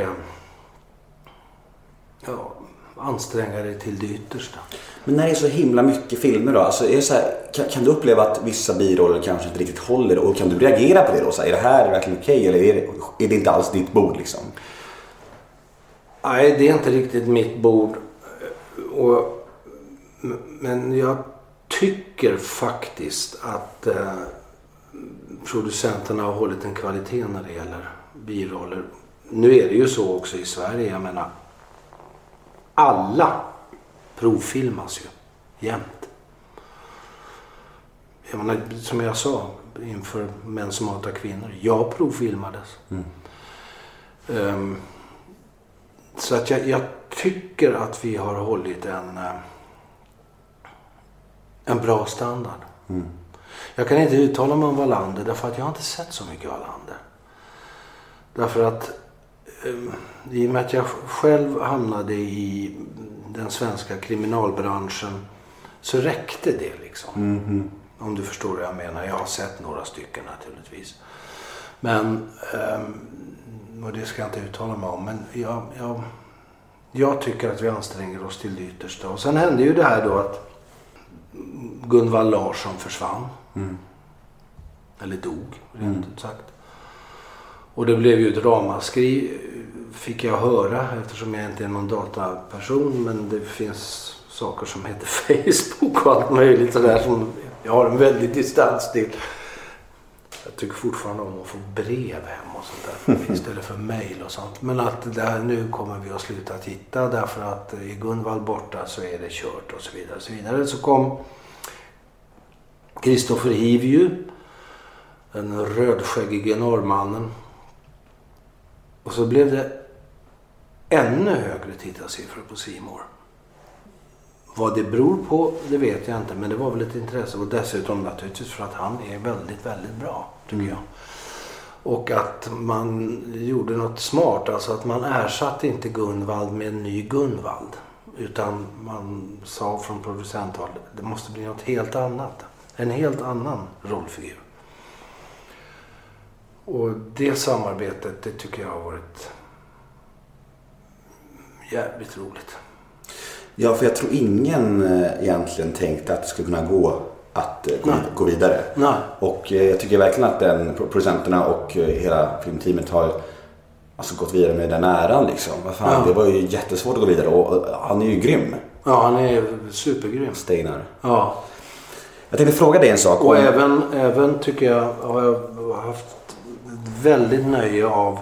anstränga dig till det yttersta. Men när det är så himla mycket filmer då, alltså är det så här, kan du uppleva att vissa biroller kanske inte riktigt håller och kan du reagera på det då? Så här, är det här verkligen okej eller är det inte alls ditt bord liksom? Nej, det är inte riktigt mitt bord. Men jag tycker faktiskt att producenterna har hållit en kvalitet när det gäller biroller. Nu är det ju så också i Sverige, jag menar alla provfilmas ju jämt. Jag menar, som jag sa inför Män som hatar kvinnor, jag provfilmades. Så att jag tycker att vi har hållit en bra standard. Jag kan inte uttala mig om Wallander därför att jag har inte sett så mycket Wallander. Därför att i och med att jag själv hamnade i den svenska kriminalbranschen så räckte det liksom. Om du förstår vad jag menar. Jag har sett några stycken naturligtvis. Men och det ska jag inte uttala mig om, men jag tycker att vi anstränger oss till det yttersta. Och sen hände ju det här då att Gunvald Larsson försvann. Eller dog, rent ut sagt. Och det blev ju ett ramaskri, fick jag höra, eftersom jag inte är någon dataperson, men det finns saker som heter Facebook och allt möjligt sådär som jag har en väldigt distans till. Jag tycker fortfarande om att få brev hem och sånt där istället för mejl och sånt. Men att där, nu kommer vi att sluta titta därför att är Gunvald borta så är det kört och så vidare. Och så vidare. Så kom Kristoffer Hivju, den rödskäggige norrmannen. Och så blev det ännu högre tittarsiffror på C More. Vad det beror på, det vet jag inte. Men det var väl ett intresse. Och dessutom naturligtvis för att han är väldigt, väldigt bra, tycker jag. Och att man gjorde något smart. Alltså att man ersatte inte Gunvald med en ny Gunvald. Utan man sa från producenthåll, det måste bli något helt annat. En helt annan rollfigur. Och det samarbetet, det tycker jag har varit jävligt roligt. Ja, för jag tror ingen egentligen tänkte att det skulle kunna gå att gå vidare. Nej. Och jag tycker verkligen att producenterna och hela filmteamet har gått vidare med den äran liksom. Vad fan, ja. Det var ju jättesvårt att gå vidare och han är ju grym. Ja, han är supergrym. Steinar. Ja. Jag tänkte fråga dig en sak. Och även tycker jag har jag haft väldigt nöje av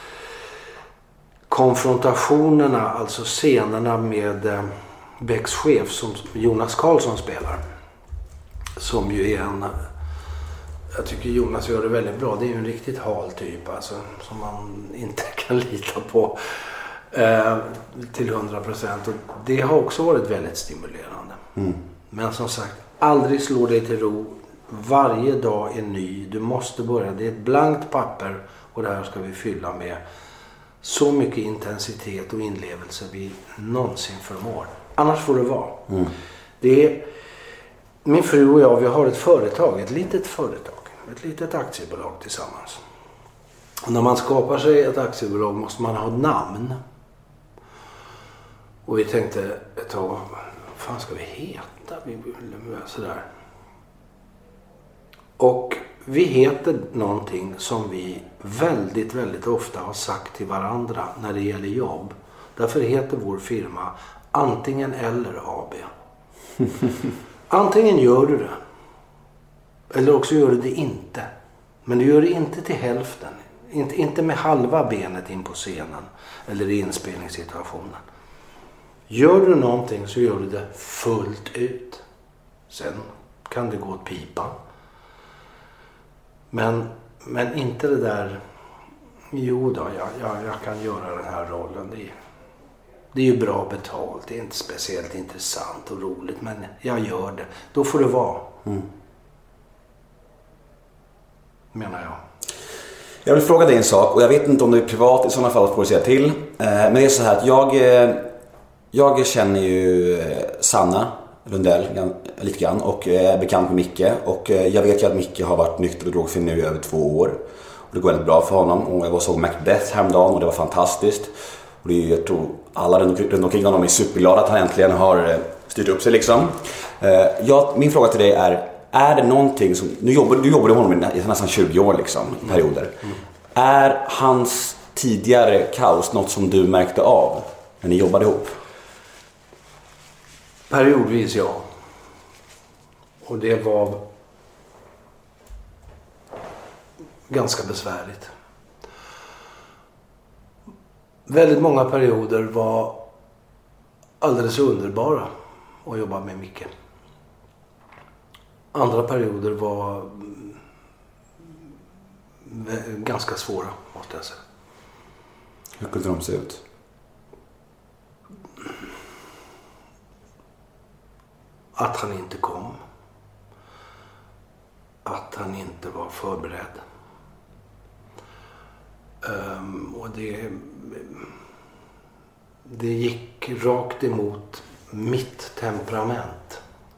konfrontationerna, alltså scenerna med Becks chef som Jonas Karlsson spelar. Som ju är jag tycker Jonas gör det väldigt bra. Det är ju en riktigt hal typ alltså, som man inte kan lita på till 100%. Och det har också varit väldigt stimulerande. Men som sagt, aldrig slå dig till ro. Varje dag är ny. Du måste börja. Det är ett blankt papper och det här ska vi fylla med så mycket intensitet och inlevelse vi någonsin förmår. Annars får det vara. Det är, min fru och jag, vi har ett företag, ett litet aktiebolag tillsammans. Och när man skapar sig ett aktiebolag måste man ha ett namn. Och vi tänkte ett tag, vad fan ska vi heta? Sådär. Och vi heter någonting som vi väldigt, väldigt ofta har sagt till varandra när det gäller jobb. Därför heter vår firma Antingen eller AB. Antingen gör du det. Eller också gör du det inte. Men du gör det inte till hälften. Inte med halva benet in på scenen. Eller i inspelningssituationen. Gör du någonting så gör du det fullt ut. Sen kan det gå åt pipa. Men inte det där... Jo då, jag kan göra den här rollen. Det är ju bra betalt. Det är inte speciellt intressant och roligt. Men jag gör det. Då får det vara. Menar jag. Jag vill fråga dig en sak. Och jag vet inte om det är privat. I sådana fall får du säga till. Men det är så här att jag känner ju Sanna Lundell lite grann. Och är bekant med Micke. Och jag vet ju att Micke har varit nykter och drogfri nu i över 2 år. Och det går väldigt bra för honom. Och jag såg Macbeth häromdagen och det var fantastiskt. Och det är, jag tror alla runt omkring honom är superglada att han äntligen har styrt upp sig liksom. Min fråga till dig är det någonting som... Du jobbade med honom i nästan 20 år liksom, i perioder. Är hans tidigare kaos något som du märkte av när ni jobbade ihop? Periodvis ja. Och det var ganska besvärligt. Väldigt många perioder var alldeles underbara att jobba med Micke. Andra perioder var ganska svåra, måste jag säga. Hur kunde de se ut? Att han inte kom. Att han inte var förberedd. Och det gick rakt emot mitt temperament.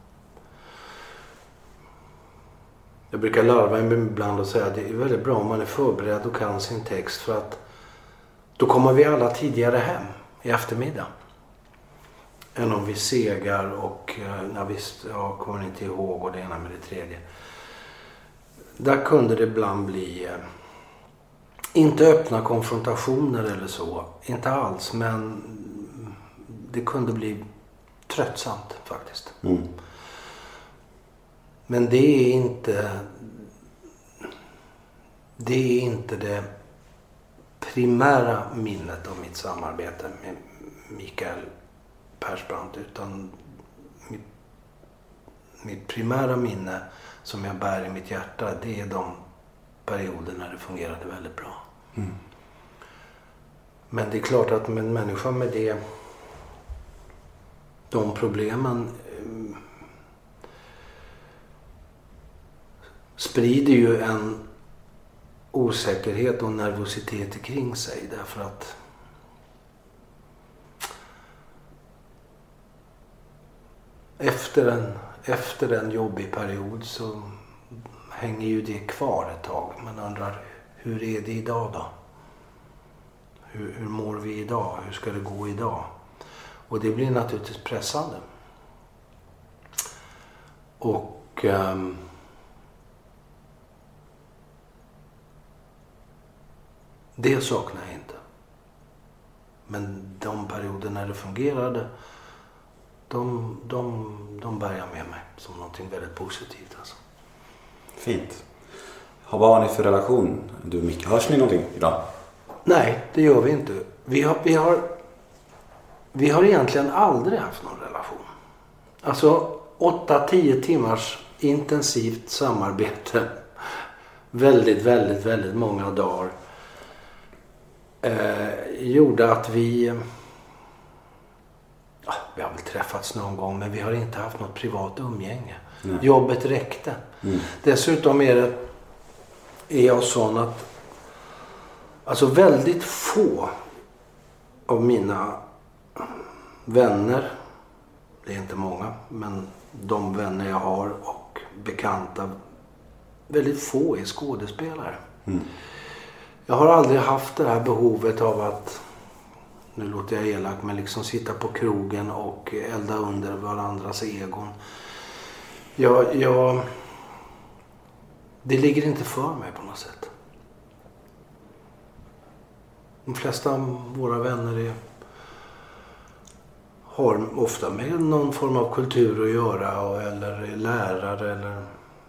Jag brukar larva mig ibland och säga att det är väldigt bra om man är förberedd och kan sin text, för att då kommer vi alla tidigare hem i eftermiddag. Än om vi segar och jag kommer inte ihåg och det ena med det tredje. Där kunde det ibland bli inte öppna konfrontationer eller så. Inte alls, men det kunde bli tröttsamt faktiskt. Men det är inte det primära minnet av mitt samarbete med Mikael Persbrandt, utan mitt primära minne som jag bär i mitt hjärta, det är de perioder när det fungerade väldigt bra. Men det är klart att med en människa med de problemen sprider ju en osäkerhet och nervositet kring sig, därför att efter en jobbig period så hänger ju det kvar ett tag. Man undrar, hur är det idag då? Hur mår vi idag? Hur ska det gå idag? Och det blir naturligtvis pressande. Och det saknar jag inte. Men de perioder när det fungerade, de bär jag med mig som någonting väldigt positivt. Alltså. Fint. Vad har ni för relation? Du och Micke, hörs ni någonting idag? Nej, det gör vi inte. Vi har egentligen aldrig haft någon relation. Alltså 8-10 timmars intensivt samarbete. Väldigt, väldigt, väldigt många dagar. Gjorde att vi har väl träffats någon gång, men vi har inte haft något privat umgänge. Nej. Jobbet räckte. Dessutom är jag sån att alltså väldigt få av mina vänner, det är inte många, men de vänner jag har och bekanta, väldigt få är skådespelare. Jag har aldrig haft det här behovet av att nu låter jag elak, men liksom sitta på krogen och elda under varandras egon. Det ligger inte för mig på något sätt. De flesta av våra vänner har ofta med någon form av kultur att göra, eller är lärare eller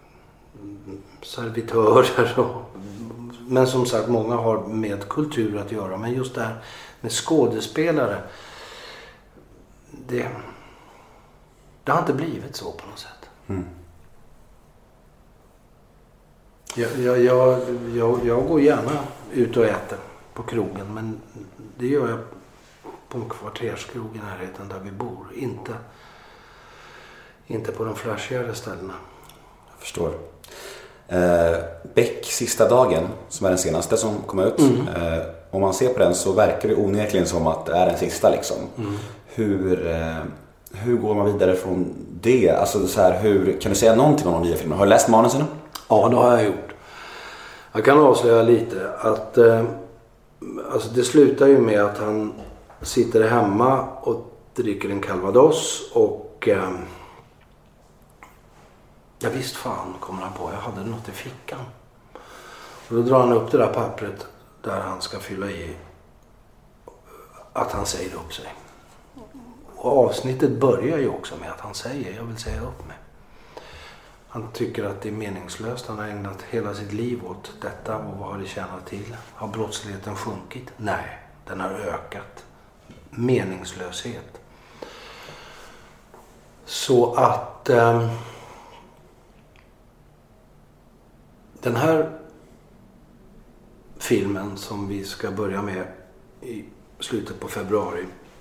servitörer. Men som sagt, många har med kultur att göra. Men just det här med skådespelare, det har inte blivit så på något sätt. Mm. Jag går gärna ut och äter på krogen, men det gör jag på en kvarterskrog i närheten där vi bor. Inte på de flashigare ställena. Jag förstår. Beck Sista dagen, som är den senaste som kom ut. Om man ser på den så verkar det onekligen som att det är den sista liksom. Hur går man vidare från det? Alltså så här, kan du säga någonting om de nya filmerna? Har du läst manusen? Ja, det har jag gjort. Jag kan avslöja lite att alltså det slutar ju med att han sitter hemma och dricker en calvados och ja visst fan, kommer han på, jag hade något i fickan. Och då drar han upp det där pappret där han ska fylla i att han säger upp sig. Och avsnittet börjar ju också med att han säger, jag vill säga upp mig. Han tycker att det är meningslöst. Han har ägnat hela sitt liv åt detta. Och vad har det tjänat till? Har brottsligheten sjunkit? Nej, den har ökat. Meningslöshet. Så att den här filmen som vi ska börja med i slutet på februari.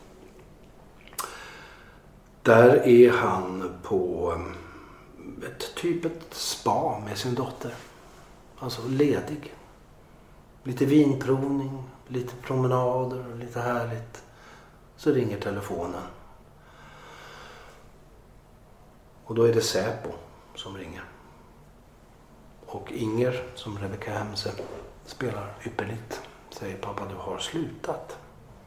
Där är han på ett spa med sin dotter. Alltså ledig. Lite vinprovning, lite promenader, lite härligt. Så ringer telefonen. Och då är det Säpo som ringer. Och Inger, som Rebecca Hemse spelar ypperligt, säger pappa, du har slutat.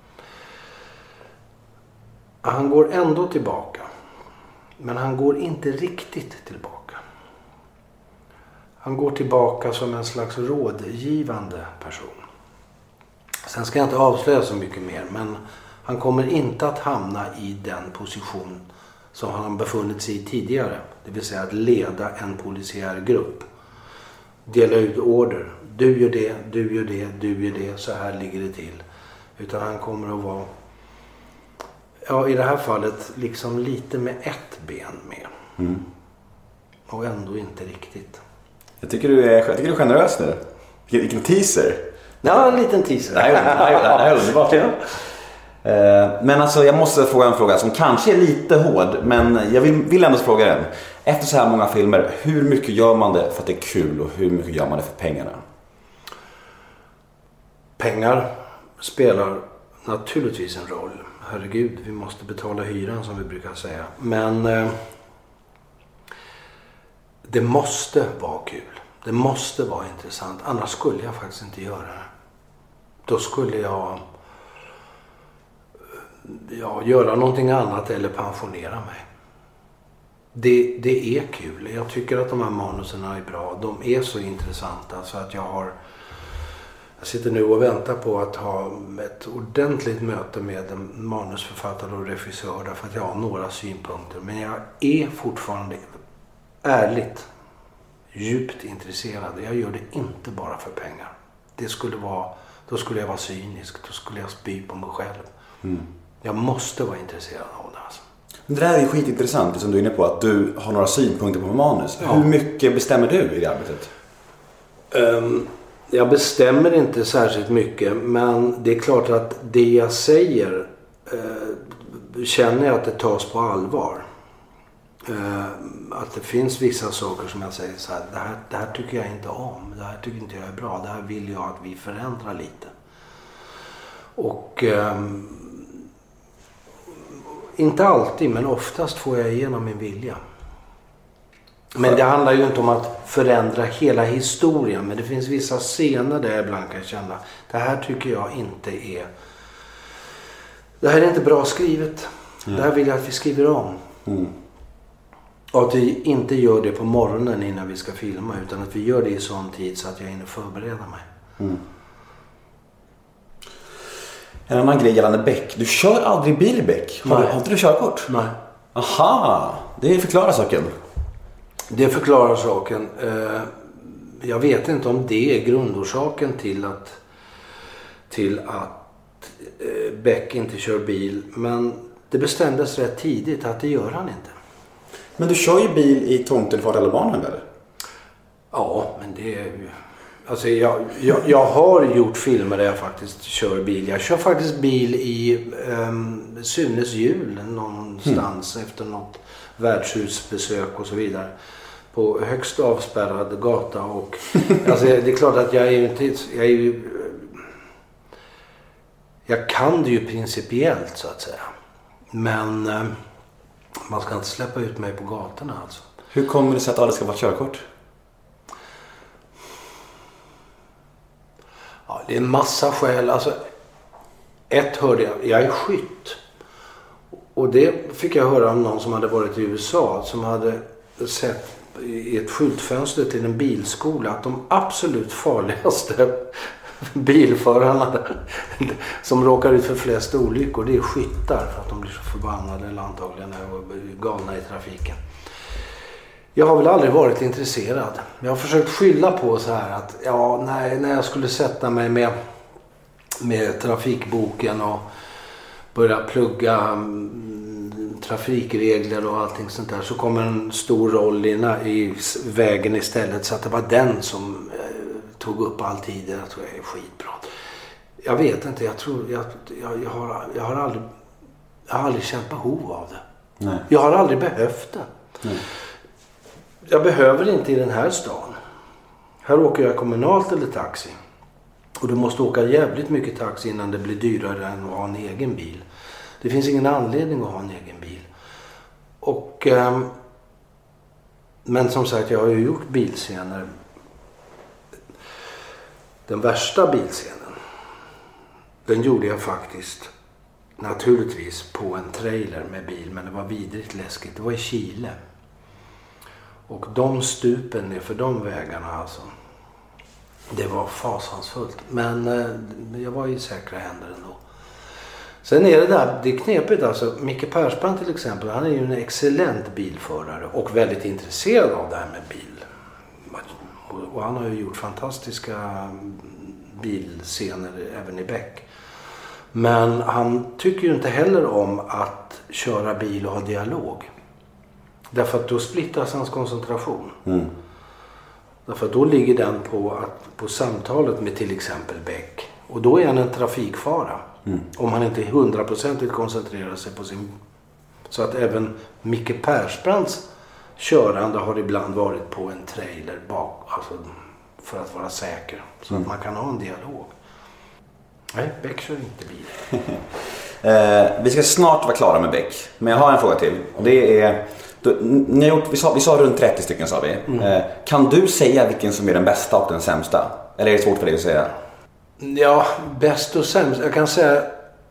Han går ändå tillbaka. Men han går inte riktigt tillbaka. Han går tillbaka som en slags rådgivande person. Sen ska jag inte avslöja så mycket mer, men han kommer inte att hamna i den position som han befunnit sig i tidigare. Det vill säga att leda en polisiär grupp. Dela ut order. Du gör det, du gör det, du gör det. Så här ligger det till. Utan han kommer att vara, ja, i det här fallet liksom lite med ett ben med. Och ändå inte riktigt. Jag tycker du är generös nu. Vilken teaser. Ja, en liten teaser. Det här är underbart. Men alltså, jag måste fråga en fråga som kanske är lite hård, men jag vill ändå fråga den. Efter så här många filmer, hur mycket gör man det för att det är kul och hur mycket gör man det för pengarna? Pengar spelar naturligtvis en roll. Herregud, vi måste betala hyran som vi brukar säga. Men det måste vara kul. Det måste vara intressant. Annars skulle jag faktiskt inte göra det. Då skulle jag göra någonting annat eller pensionera mig. Det är kul. Jag tycker att de här manuserna är bra. De är så intressanta så att jag sitter nu och väntar på att ha ett ordentligt möte med en manusförfattare och regissör därför att jag har några synpunkter. Men jag är fortfarande ärligt djupt intresserad. Jag gör det inte bara för pengar. Då skulle jag vara cynisk. Då skulle jag spy på mig själv. Jag måste vara intresserad av det. Alltså. Men det där är ju skitintressant, det som du är inne på, att du har några synpunkter på manus. Ja. Hur mycket bestämmer du i det arbetet? Jag bestämmer inte särskilt mycket, men det är klart att det jag säger känner jag att det tas på allvar. Att det finns vissa saker som jag säger så här, det här tycker jag inte om, det här tycker inte jag är bra, det här vill jag att vi förändrar lite. Och inte alltid, men oftast får jag igenom min vilja. Men det handlar ju inte om att förändra hela historien. Men det finns vissa scener där jag ibland kan känna, det här tycker jag inte är det här är inte bra skrivet. Det här vill jag att vi skriver om. Och att vi inte gör det på morgonen innan vi ska filma, utan att vi gör det i sån tid så att jag hinner förbereda mig. En annan grej gällande Beck. Du kör aldrig bil i Beck. Har inte du körkort? Nej. Aha, det förklarar saken. Det förklarar saken. Jag vet inte om det är grundorsaken till att Beck inte kör bil. Men det bestämdes rätt tidigt att det gör han inte. Men du kör ju bil i Tomtefart-banan, eller? Ja, men det är ju... Alltså jag har gjort filmer där jag faktiskt kör bil. Jag kör faktiskt bil i Sunes jul någonstans efter något värdshusbesök och så vidare. På högst avspärrad gata. Och, alltså, det är klart att jag kan det ju principiellt så att säga. Men man ska inte släppa ut mig på gatorna alltså. Hur kommer det sig att alla ska vara körkort? Ja, det är en massa skäl. Alltså, hörde jag är skytt. Och det fick jag höra om någon som hade varit i USA. Som hade sett i ett skyltfönster till en bilskola att de absolut farligaste bilförarna där, som råkar ut för flest olyckor, det är skyttar. För att de blir så förbannade eller antagligen och galna i trafiken. Jag har väl aldrig varit intresserad. Jag har försökt skylla på så här att när jag skulle sätta mig med trafikboken och börja plugga trafikregler och allting sånt där, så kommer en stor roll i vägen istället, så att det var den som tog upp all tid. Jag tror jag är skitbra. Jag vet inte, jag har aldrig känt behov av det. Nej. Jag har aldrig behövt det. Nej. Jag behöver inte i den här stan. Här åker jag kommunalt eller taxi. Och du måste åka jävligt mycket taxi innan det blir dyrare än att ha en egen bil. Det finns ingen anledning att ha en egen bil. Och, men som sagt, jag har ju gjort bilscener. Den värsta bilscenen, den gjorde jag faktiskt naturligtvis på en trailer med bil. Men det var vidrigt läskigt. Det var i Chile. Och de stupen ner för de vägarna alltså. Det var fasansfullt. Men jag var i säkra händer ändå. Sen är det är knepigt alltså. Micke Persbrandt till exempel, han är ju en excellent bilförare och väldigt intresserad av det här med bil. Och han har ju gjort fantastiska bilscener även i Beck. Men han tycker ju inte heller om att köra bil och ha dialog. Därför att då splittas hans koncentration. Därför att då ligger den på samtalet med till exempel Beck. Och då är han en trafikfara. Om han inte 100% koncentrerar sig på sin... Så att även Micke Persbrandts körande har ibland varit på en trailer bak. Alltså för att vara säker. Så att man kan ha en dialog. Nej, Beck kör inte bil. Vi ska snart vara klara med Beck. Men jag har en fråga till. Och det är... Vi sa runt 30 stycken sa vi. Kan du säga vilken som är den bästa och den sämsta? Eller är det svårt för dig att säga? Ja, bäst och sämst. Jag kan säga...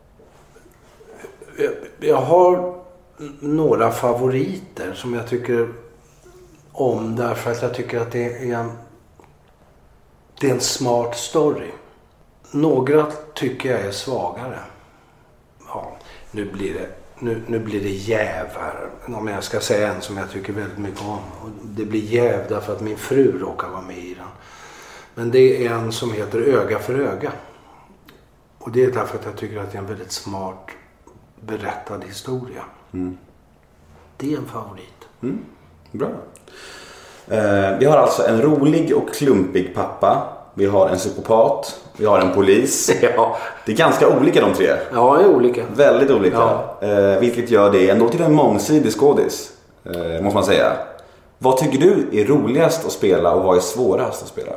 Jag har några favoriter som jag tycker om. Därför att jag tycker att det är en smart story. Några tycker jag är svagare. Ja, nu blir det jäv här. Om jag ska säga en som jag tycker väldigt mycket om. Och det blir jäv därför att min fru råkar vara med i den. Men det är en som heter Öga för öga. Och det är därför att jag tycker att det är en väldigt smart berättad historia. Det är en favorit. Bra. Vi har alltså en rolig och klumpig pappa. Vi har en psykopat. Vi har en polis. Ja. Det är ganska olika de tre. Ja, det är olika. Väldigt olika. Ja. Vilket gör det ändå till en mångsidig skådis. Måste man säga. Vad tycker du är roligast att spela och vad är svårast att spela?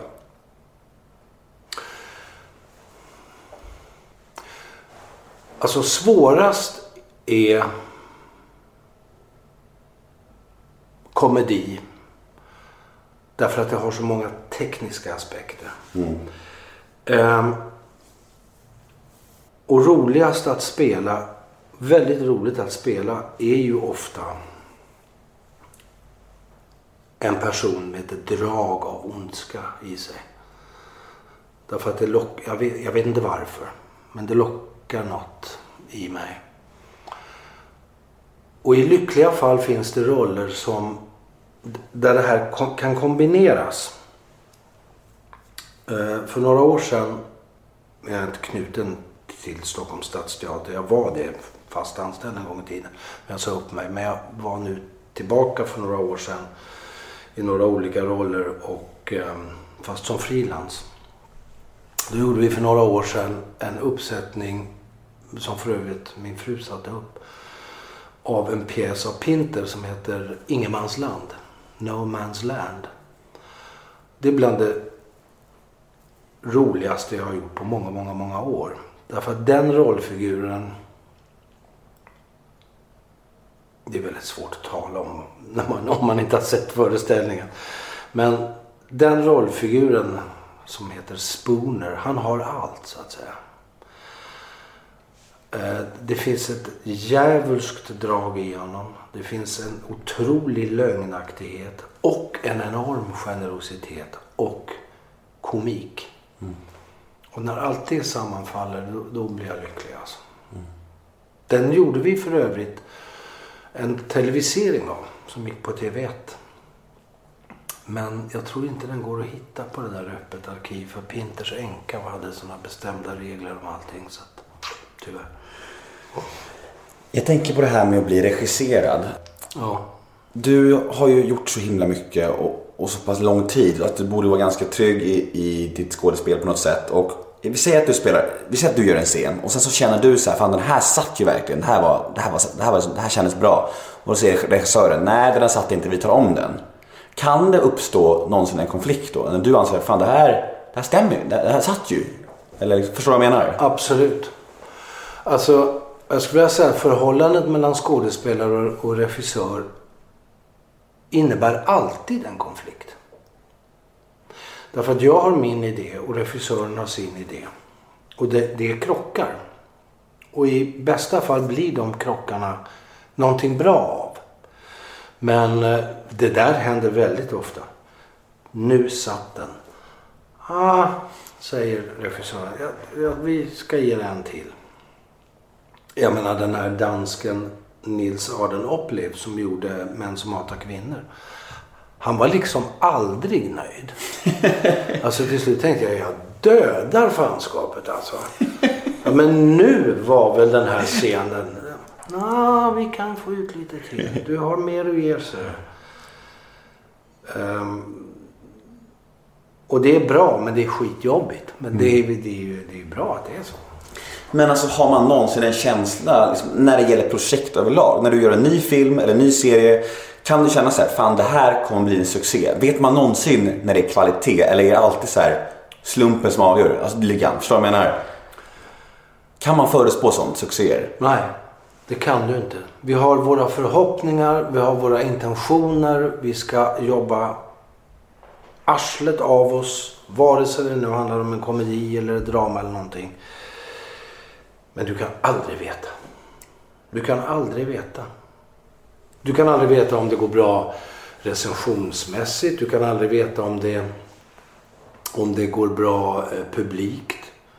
Alltså svårast är komedi. Därför att det har så många tekniska aspekter. Och roligast att spela väldigt roligt att spela är ju ofta en person med ett drag av ondska i sig. Därför att det jag vet inte varför, men det lockar något i mig. Och i lyckliga fall finns det roller där det här kan kombineras. För några år sedan, jag är inte knuten till Stockholms stadsteater, jag var det fast anställd en gång i tiden. Jag sa upp mig, men jag var nu tillbaka för några år sedan i några olika roller och fast som frilans. Då gjorde vi för några år sedan en uppsättning som för övrigt min fru satte upp av en pjäs av Pinter som heter Ingenmansland, No Man's Land. Det är bland det roligaste jag har gjort på många år. Därför att den rollfiguren, det är väldigt svårt att tala om om man inte har sett föreställningen. Men den rollfiguren som heter Spooner, han har allt så att säga. Det finns ett djävulskt drag i honom. Det finns en otrolig lögnaktighet och en enorm generositet och komik. Mm. Och när allt det sammanfaller, då blir jag lycklig alltså. Mm. Den gjorde vi för övrigt en televisering av som gick på TV1. Men jag tror inte den går att hitta på det där öppet arkiv, för Pinters änka hade sådana bestämda regler om allting, så att, tyvärr. Jag tänker på det här med att bli regisserad. Ja. Du har ju gjort så himla mycket och så pass lång tid att du borde vara ganska trygg i ditt skådespel på något sätt. Och vi säger att du gör en scen och sen så känner du så här, fan den här satt ju verkligen, det här kändes bra. Och då säger regissören, nej den satt inte, vi tar om den. Kan det uppstå någonsin en konflikt då? När du anser, fan det här stämmer ju, det här satt ju. Eller förstår du vad jag menar? Absolut. Alltså, jag skulle vilja säga att förhållandet mellan skådespelare och regissör innebär alltid en konflikt. Därför att jag har min idé och regissören har sin idé. Och det krockar. Och i bästa fall blir de krockarna någonting bra av. Men det där händer väldigt ofta. Nu satt den. Säger regissören. Vi ska ge den en till. Jag menar den här dansken Nils Arden Oplev som gjorde Män som hatar kvinnor. Han var liksom aldrig nöjd. Alltså till slut tänkte jag dödar fanskapet alltså. Ja, men nu var väl den här scenen. Vi kan få ut lite till. Du har mer att ge sig. Och det är bra, men det är skitjobbigt. Men det är bra att det är så. Men alltså har man någonsin en känsla liksom, när det gäller projekt överlag? När du gör en ny film eller en ny serie, kan du känna så här, fan det här kommer bli en succé? Vet man någonsin när det är kvalitet? Eller är det alltid så här slumpen som avgör? Alltså det ligger, förstår du vad jag menar? Kan man förutspå sånt succéer? Nej, det kan du inte. Vi har våra förhoppningar, vi har våra intentioner. Vi ska jobba arslet av oss, vare sig det nu handlar om en komedi eller ett drama eller någonting. Men du kan aldrig veta. Du kan aldrig veta. Du kan aldrig veta om det går bra recensionsmässigt. Du kan aldrig veta om det går bra publikt.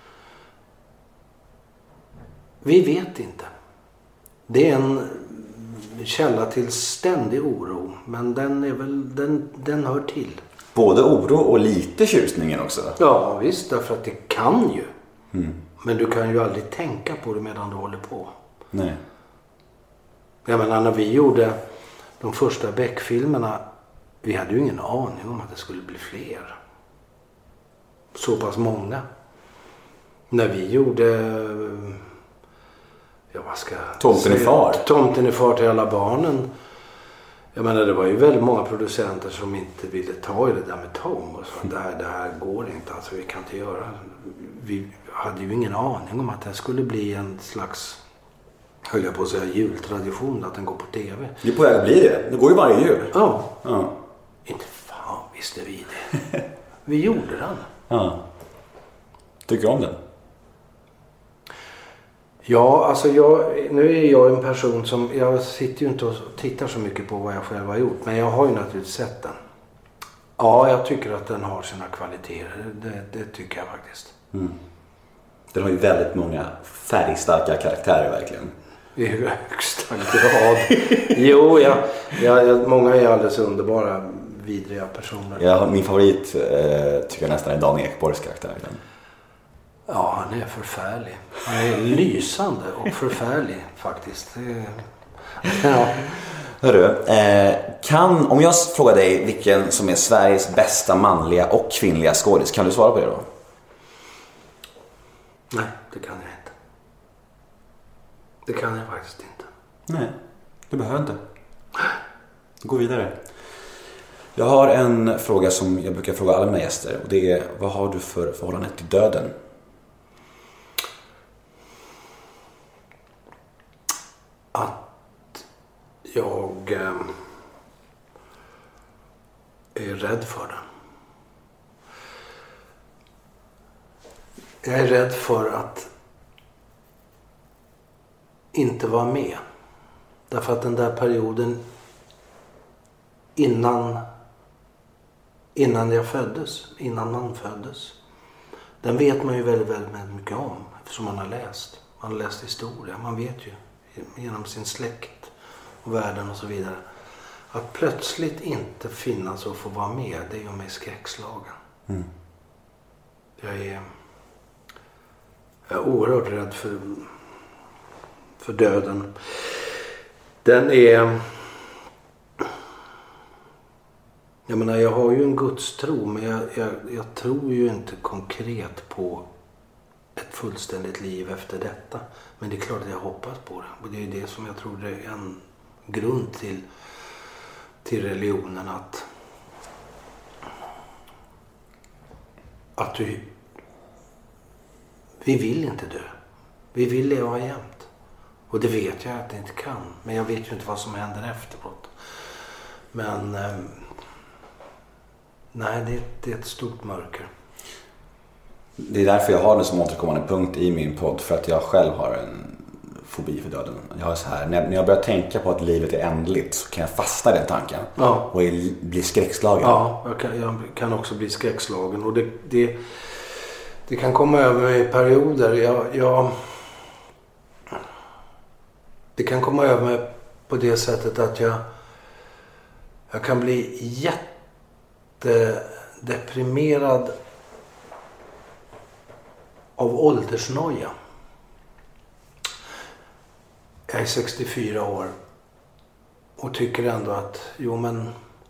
Vi vet inte. Det är en källa till ständig oro. Men den hör till. Både oro och lite tjusningen också. Ja visst, därför att det kan ju. Mm. Men du kan ju aldrig tänka på det medan du håller på. Nej. Jag menar, när vi gjorde de första Beck-filmerna, vi hade ju ingen aning om att det skulle bli fler. Så pass många. När vi gjorde... Tomten är far till alla barnen. Jag menar, det var ju väldigt många producenter som inte ville ta i det där med Tom. Och så, det här går inte, alltså vi kan inte göra. Vi hade ju ingen aning om att det skulle bli en slags, höll jag på att säga, jultradition, att den går på tv. Det är på väg att bli det. Det går ju varje jul. Ja. Inte fan visste vi det. Vi gjorde den. Ja. Tycker du om den? Ja, alltså nu är jag en person som... Jag sitter ju inte och tittar så mycket på vad jag själv har gjort. Men jag har ju naturligtvis sett den. Ja, jag tycker att den har sina kvaliteter. Det tycker jag faktiskt. Mm. Den har ju väldigt många färgstarka karaktärer verkligen. I högsta grad. Jo, många är alldeles underbara, vidriga personer. Min favorit tycker jag nästan är Dan Ekborgs karaktär. Ja, han är förfärlig. Han är lysande och förfärlig faktiskt. Ja. Hörru, om jag frågar dig vilken som är Sveriges bästa manliga och kvinnliga skådis, kan du svara på det då? Nej, det kan jag inte. Det kan jag faktiskt inte. Nej, du behöver inte. Gå vidare. Jag har en fråga som jag brukar fråga alla mina gäster. Och det är, vad har du för förhållande till döden? Att jag är rädd för den. Jag är rädd för att inte vara med. Därför att den där perioden innan jag föddes, innan man föddes, den vet man ju väldigt, väldigt mycket om eftersom man har läst. Man har läst historia, man vet ju genom sin släkt och världen och så vidare. Att plötsligt inte finnas och få vara med, det gör mig skräckslagen. Mm. Jag är oerhört rädd för döden. Den är... Jag menar, jag har ju en gudstro, men jag tror ju inte konkret på ett fullständigt liv efter detta. Men det är klart att jag hoppas på det. Och det är det som jag tror är en grund till religionen, att vi vill inte dö. Vi vill leva jämt. Och det vet jag att det inte kan. Men jag vet ju inte vad som händer efteråt. Men nej, det är ett stort mörker. Det är därför jag har den som återkommande punkt i min podd. För att jag själv har en fobi för döden. Jag har så här, när jag börjar tänka på att livet är ändligt så kan jag fastna i den tanken. Ja. Och bli skräckslagen. Ja, jag kan också bli skräckslagen. Och det kan komma över mig i perioder. Det kan komma över mig på det sättet att jag kan bli jättedeprimerad av åldersnoja. Jag är 64 år och tycker ändå att jag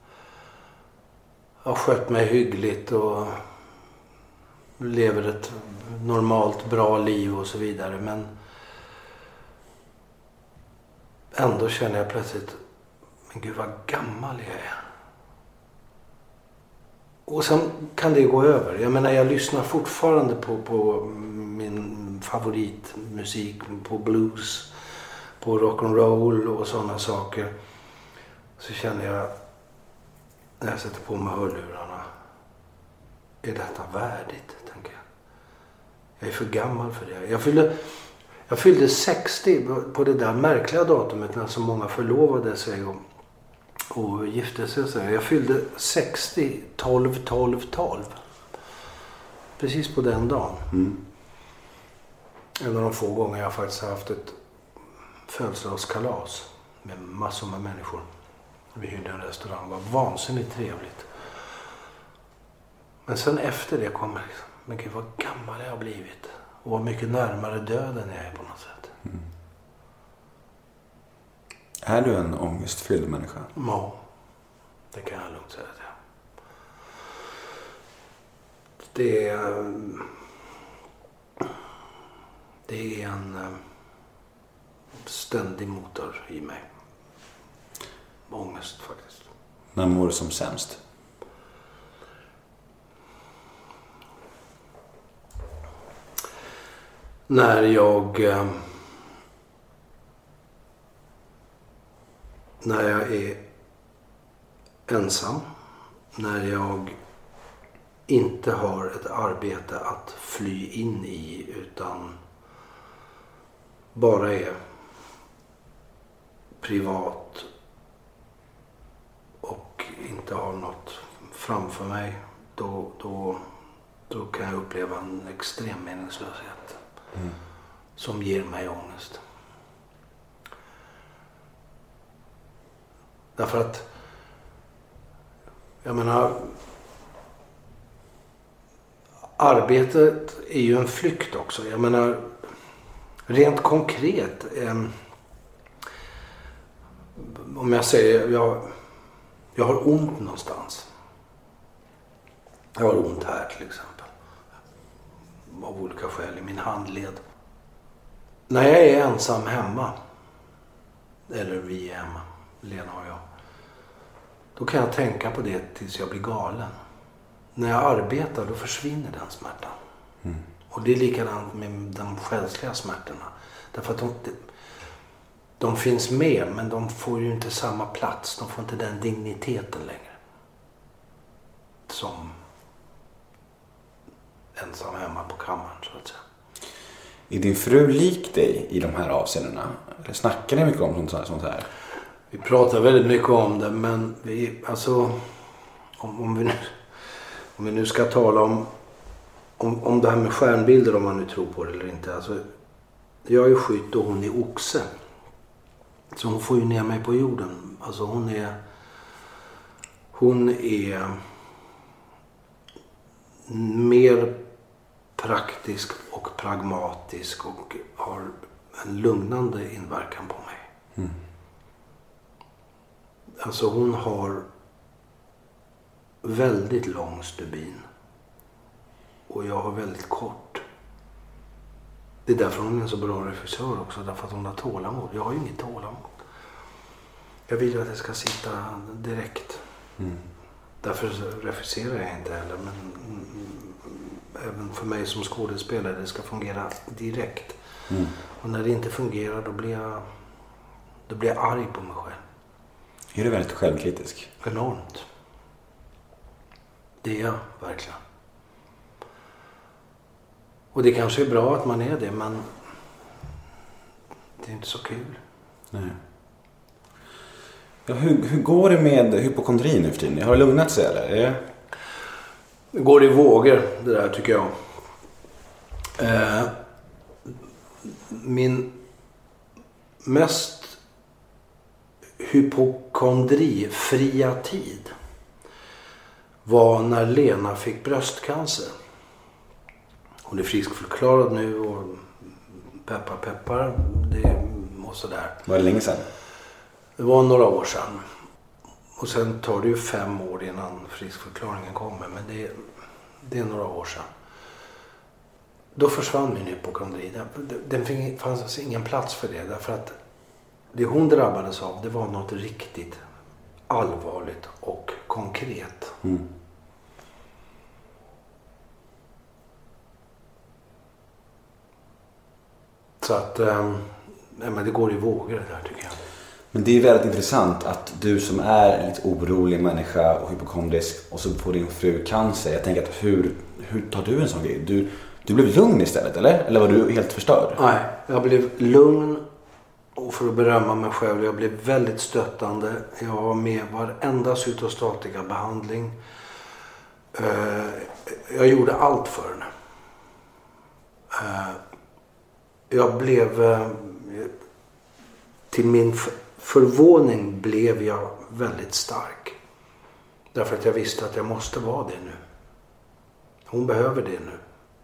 har skött mig hyggligt och lever ett normalt bra liv och så vidare, men ändå känner jag plötsligt, men gud vad gammal jag är. Och sen kan det gå över. Jag menar, jag lyssnar fortfarande på min favoritmusik, på blues, på rock'n'roll och sådana saker. Så känner jag, när jag sätter på mig hörlurarna, är detta värdigt, tänker jag. Jag är för gammal för det. Jag fyllde 60 på det där märkliga datumet när så många förlovade sig och gifte sig. Jag fyllde 60 12. Precis på den dagen. Mm. En av de få gånger jag faktiskt har haft ett födelsedagskalas med massor med människor. Vi hyrde en restaurang. Det var vansinnigt trevligt. Men sen efter det kommer liksom, men gud vad gammal jag har blivit. Och vad mycket närmare döden jag är på något sätt. Mm. Är du en ångestfylld människa? Ja, det kan jag lugnt säga. Det är en ständig motor i mig. Ångest faktiskt. När mår du som sämst? När jag är ensam. När jag inte har ett arbete att fly in i, utan bara är privat och inte har något framför mig, då kan jag uppleva en extrem meningslöshet som ger mig ångest. Därför att jag menar, arbetet är ju en flykt också. Jag menar, rent konkret, om jag säger jag har ont någonstans. Jag har ont här till exempel. Av olika skäl i min handled. När jag är ensam hemma, eller vi är hemma, Lena och jag, då kan jag tänka på det tills jag blir galen. När jag arbetar, då försvinner den smärtan. Och det är likadant med de själsliga smärtorna. Därför att de finns med, men de får ju inte samma plats. De får inte den digniteten längre. Som ensam hemma på kammaren, så att säga. Är din fru lik dig i de här avseendena? Eller snackar ni mycket om sånt här? Vi pratar väldigt mycket om det, men om vi nu ska tala om det här med stjärnbilder, om man nu tror på det eller inte. Alltså, jag är skytt och hon är oxe. Så hon får ju ner mig på jorden. Alltså hon är mer praktisk och pragmatisk och har en lugnande inverkan på mig. Alltså hon har väldigt lång stubin och jag har väldigt kort. Det är därför hon är en så bra regissör också, därför att hon har tålamod. Jag har ju inget tålamod. Jag vill ju att det ska sitta direkt. Därför regisserar jag inte heller, men även för mig som skådespelare, det ska fungera direkt. Och när det inte fungerar, då blir jag arg på mig själv. Är du väldigt självkritisk? Enormt. Det är jag verkligen. Och det kanske är bra att man är det, men det är inte så kul. Nej. Ja, hur går det med hypokondri nu för tiden? Har det lugnat sig eller? Det går i vågor, det där tycker jag. Min mest hypokondrifria tid var när Lena fick bröstcancer. Hon är friskförklarad nu och peppar, det och sådär. Var det länge sedan? Det var några år sedan. Och sen tar det ju 5 år innan friskförklaringen kommer, men det är några år sedan. Då försvann min hypokondri. Det fanns alltså ingen plats för det, därför att det hon drabbades av, det var något riktigt allvarligt och konkret. Så att men det går i vågor det där, tycker jag. Men det är väldigt intressant att du som är en lite orolig människa och hypokondrisk och så får din fru cancer. Jag tänker att hur tar du en sån grej? Du blev lugn istället, eller var du helt förstörd? Nej, jag blev lugn, och för att berömma mig själv, jag blev väldigt stöttande. Jag var med varenda cytostatika behandling. Jag gjorde allt för henne. Jag blev, till min förvåning blev jag väldigt stark. Därför att jag visste att jag måste vara det nu. Hon behöver det nu.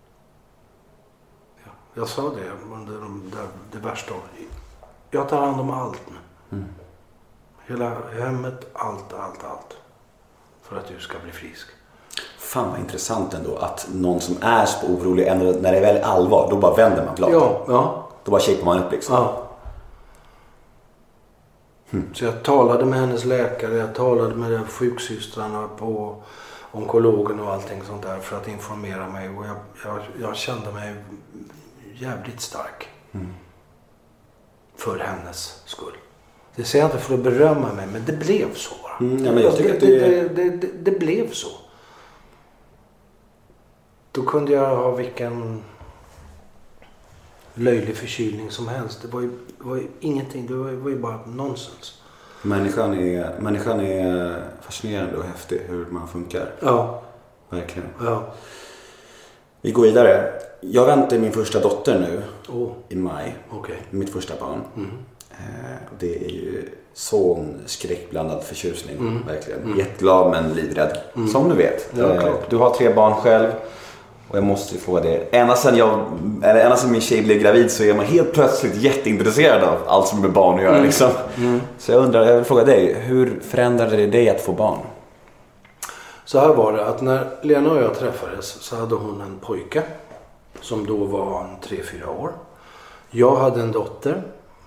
Jag sa det under det värsta. Jag tar hand om allt nu. Hela hemmet, allt. För att du ska bli frisk. Fan vad intressant ändå att någon som är så orolig, ändå när det är väldigt allvar, då bara vänder man blad. Ja. Då bara shakar man upp liksom. Ja. Så jag talade med hennes läkare, jag talade med sjuksystrarna på onkologen och allting sånt där för att informera mig. Och jag kände mig jävligt stark. För hennes skull. Det säger jag inte för att berömma mig, men det blev så. Ja, men jag tycker att det blev så. Då kunde jag ha vilken löjlig förkylning som helst. Det var ju ingenting, det var ju bara nonsens. Människan är fascinerande och häftig hur man funkar. Ja. Verkligen. Ja. Vi går vidare. Jag väntar min första dotter nu i maj. Okay. Mitt första barn. Det är ju sån skräckblandad förtjusning. Verkligen. Jätteglad men livrädd. Som du vet. Du har 3 barn själv. Och jag måste ju fråga det. Ända sedan min tjej blev gravid så är man helt plötsligt jätteintresserad av allt som med barn att göra. Liksom. Så jag vill fråga dig. Hur förändrade det dig att få barn? Så här var det att när Lena och jag träffades så hade hon en pojke som då var 3-4 år. Jag hade en dotter,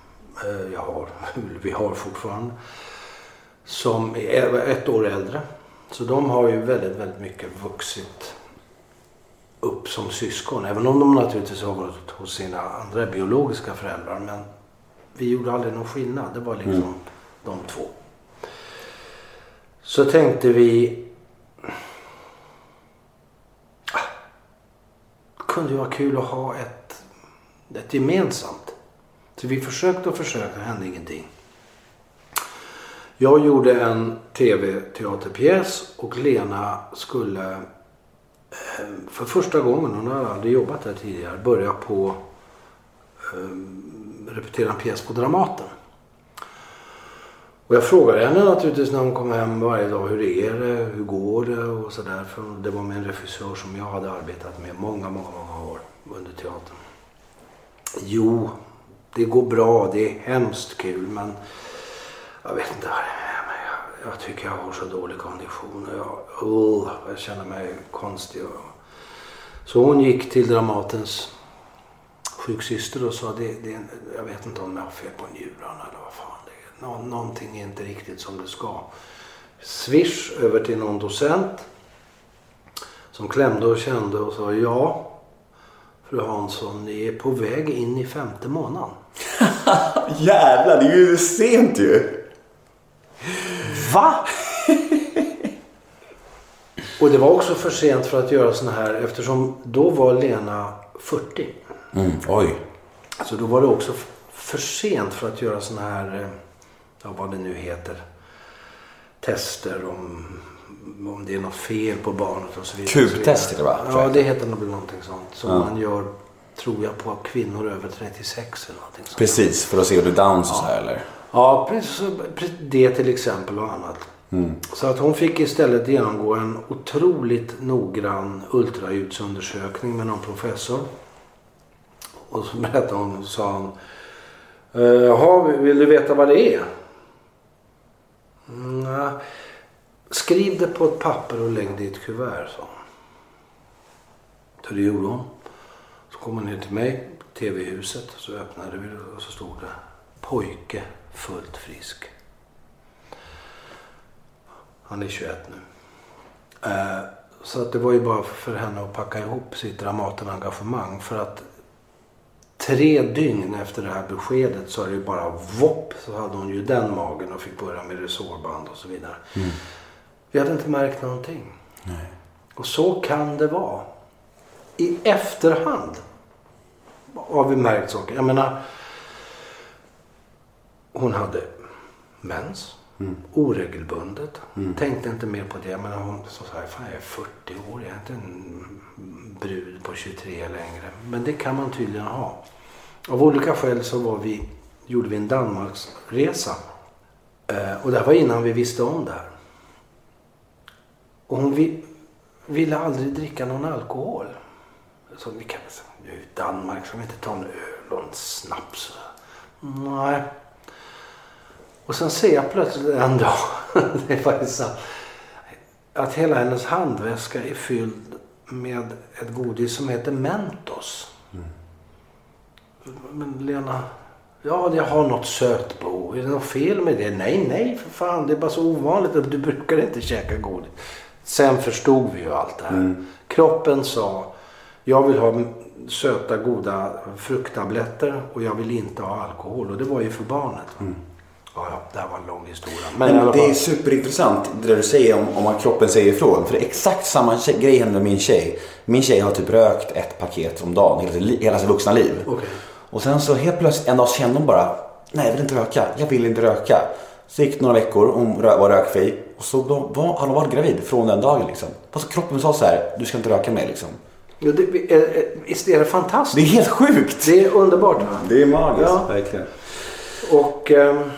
vi har fortfarande, som är 1 år äldre. Så de har ju väldigt, väldigt mycket vuxit upp som syskon. Även om de naturligtvis har varit hos sina andra biologiska föräldrar. Men vi gjorde aldrig någon skillnad. Det var liksom de 2. Så tänkte vi... Det kunde ju vara kul att ha ett gemensamt. Så vi försökte, hände ingenting. Jag gjorde en tv-teaterpjäs och Lena skulle för första gången, hon har aldrig jobbat där tidigare, börja på repetera en pjäs på Dramaten. Och jag frågade henne naturligtvis när hon kom hem varje dag, hur är det, hur går det och sådär. För det var med en regissör som jag hade arbetat med många år under teatern. Jo, det går bra, det är hemskt kul, men jag vet inte vad det är med. Jag tycker jag har så dålig kondition och jag känner mig konstig. Så hon gick till Dramatens sjuksyster och sa jag vet inte om jag har fel på njurarna eller vad fan det är. Någonting är inte riktigt som det ska. Swish över till någon docent som klämde och kände och sa: ja, fru Hansson, ni är på väg in i 5:e månaden. Jävlar, det är ju sent ju. Va? Och det var också för sent för att göra såna här, eftersom då var Lena 40. Oj. Så då var det också för sent för att göra såna här, vad det nu heter, tester om det är något fel på barnet och så vidare. Kubtester det va? Ja, det heter nog någonting sånt. Som man gör, tror jag, på kvinnor över 36 eller någonting sånt. Precis, för att se hur du downs och så här eller? Ja, precis, det till exempel och annat. Så att hon fick istället genomgå en otroligt noggrann ultraljudsundersökning med någon professor. Och så berättade hon, sa hon: jaha, vill du veta vad det är? Skriv det på ett papper och lägg det i ett kuvert, sa hon. Så det gjorde hon. Så kom hon ner till mig, tv-huset, så öppnade vi och så stod det: pojke, fullt frisk. Han är 21 nu. Så att det var ju bara för henne att packa ihop sitt Dramaten-engagemang. För att 3 dygn efter det här beskedet så är det ju bara vopp, så hade hon ju den magen och fick börja med resårband och så vidare. Vi hade inte märkt någonting. Nej. Och så kan det vara. I efterhand har vi märkt saker. Jag menar, hon hade mens. Oregelbundet. Tänkte inte mer på det. Men hon sa så här: fan, jag är 40 år, jag är inte en brud på 23 längre. Men det kan man tydligen ha. Av olika skäl så gjorde vi en Danmarksresa. Och det var innan vi visste om det här. Och hon ville aldrig dricka någon alkohol. Så vi kan nu i Danmark ska vi inte ta en öl och en snaps. Nej. Och sen ser jag plötsligt en dag, det är faktiskt sant, att hela hennes handväska är fylld med ett godis som heter Mentos. Men Lena, ja, jag har något sött på. Är det något fel med det? Nej, för fan, det är bara så ovanligt att du brukar inte käka godis. Sen förstod vi ju allt det här. Kroppen sa: jag vill ha söta, goda frukttabletter och jag vill inte ha alkohol. Och det var ju för barnet. Ja, det här var en lång historia. Men det är superintressant det du säger om att kroppen säger ifrån. För det är exakt samma grej händer med min tjej. Min tjej har typ rökt 1 paket om dagen hela sitt vuxna liv. Okay. Och sen så helt plötsligt en dag kände hon bara, nej jag vill inte röka. Så gick några veckor, hon var rökfri. Och så hade hon varit gravid från den dagen liksom. Fast kroppen sa så här, du ska inte röka mer liksom. Ja, visst är det fantastiskt? Det är helt sjukt. Det är underbart. Va? Det är magiskt, verkligen. Och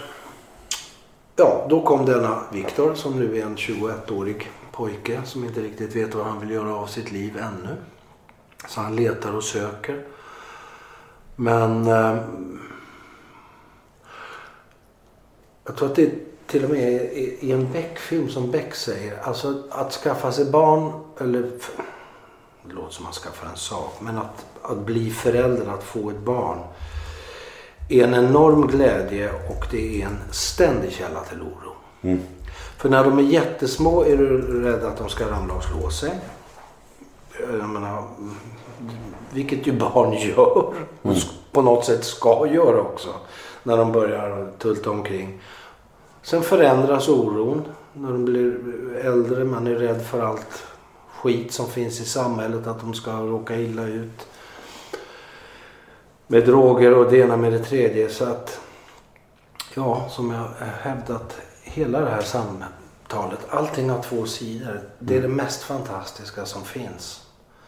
då kom denna Viktor som nu är en 21-årig pojke som inte riktigt vet vad han vill göra av sitt liv ännu. Så han letar och söker. Men jag tror att det till och med i en Beck-film som Beck säger. Alltså att skaffa sig barn, eller det låter som att skaffa en sak. Men att bli förälder, att få ett barn är en enorm glädje och det är en ständig källa till oro. Mm. För när de är jättesmå är du rädd att de ska ramla och slå sig. Jag menar, vilket ju barn gör. Och på något sätt ska göra också. När de börjar tulta omkring. Sen förändras oron när de blir äldre. Man är rädd för allt skit som finns i samhället. Att de ska råka illa ut. Med droger och det ena med det tredje. Så att, som jag hävdat, hela det här samtalet. Allting har två sidor. Det är det mest fantastiska som finns.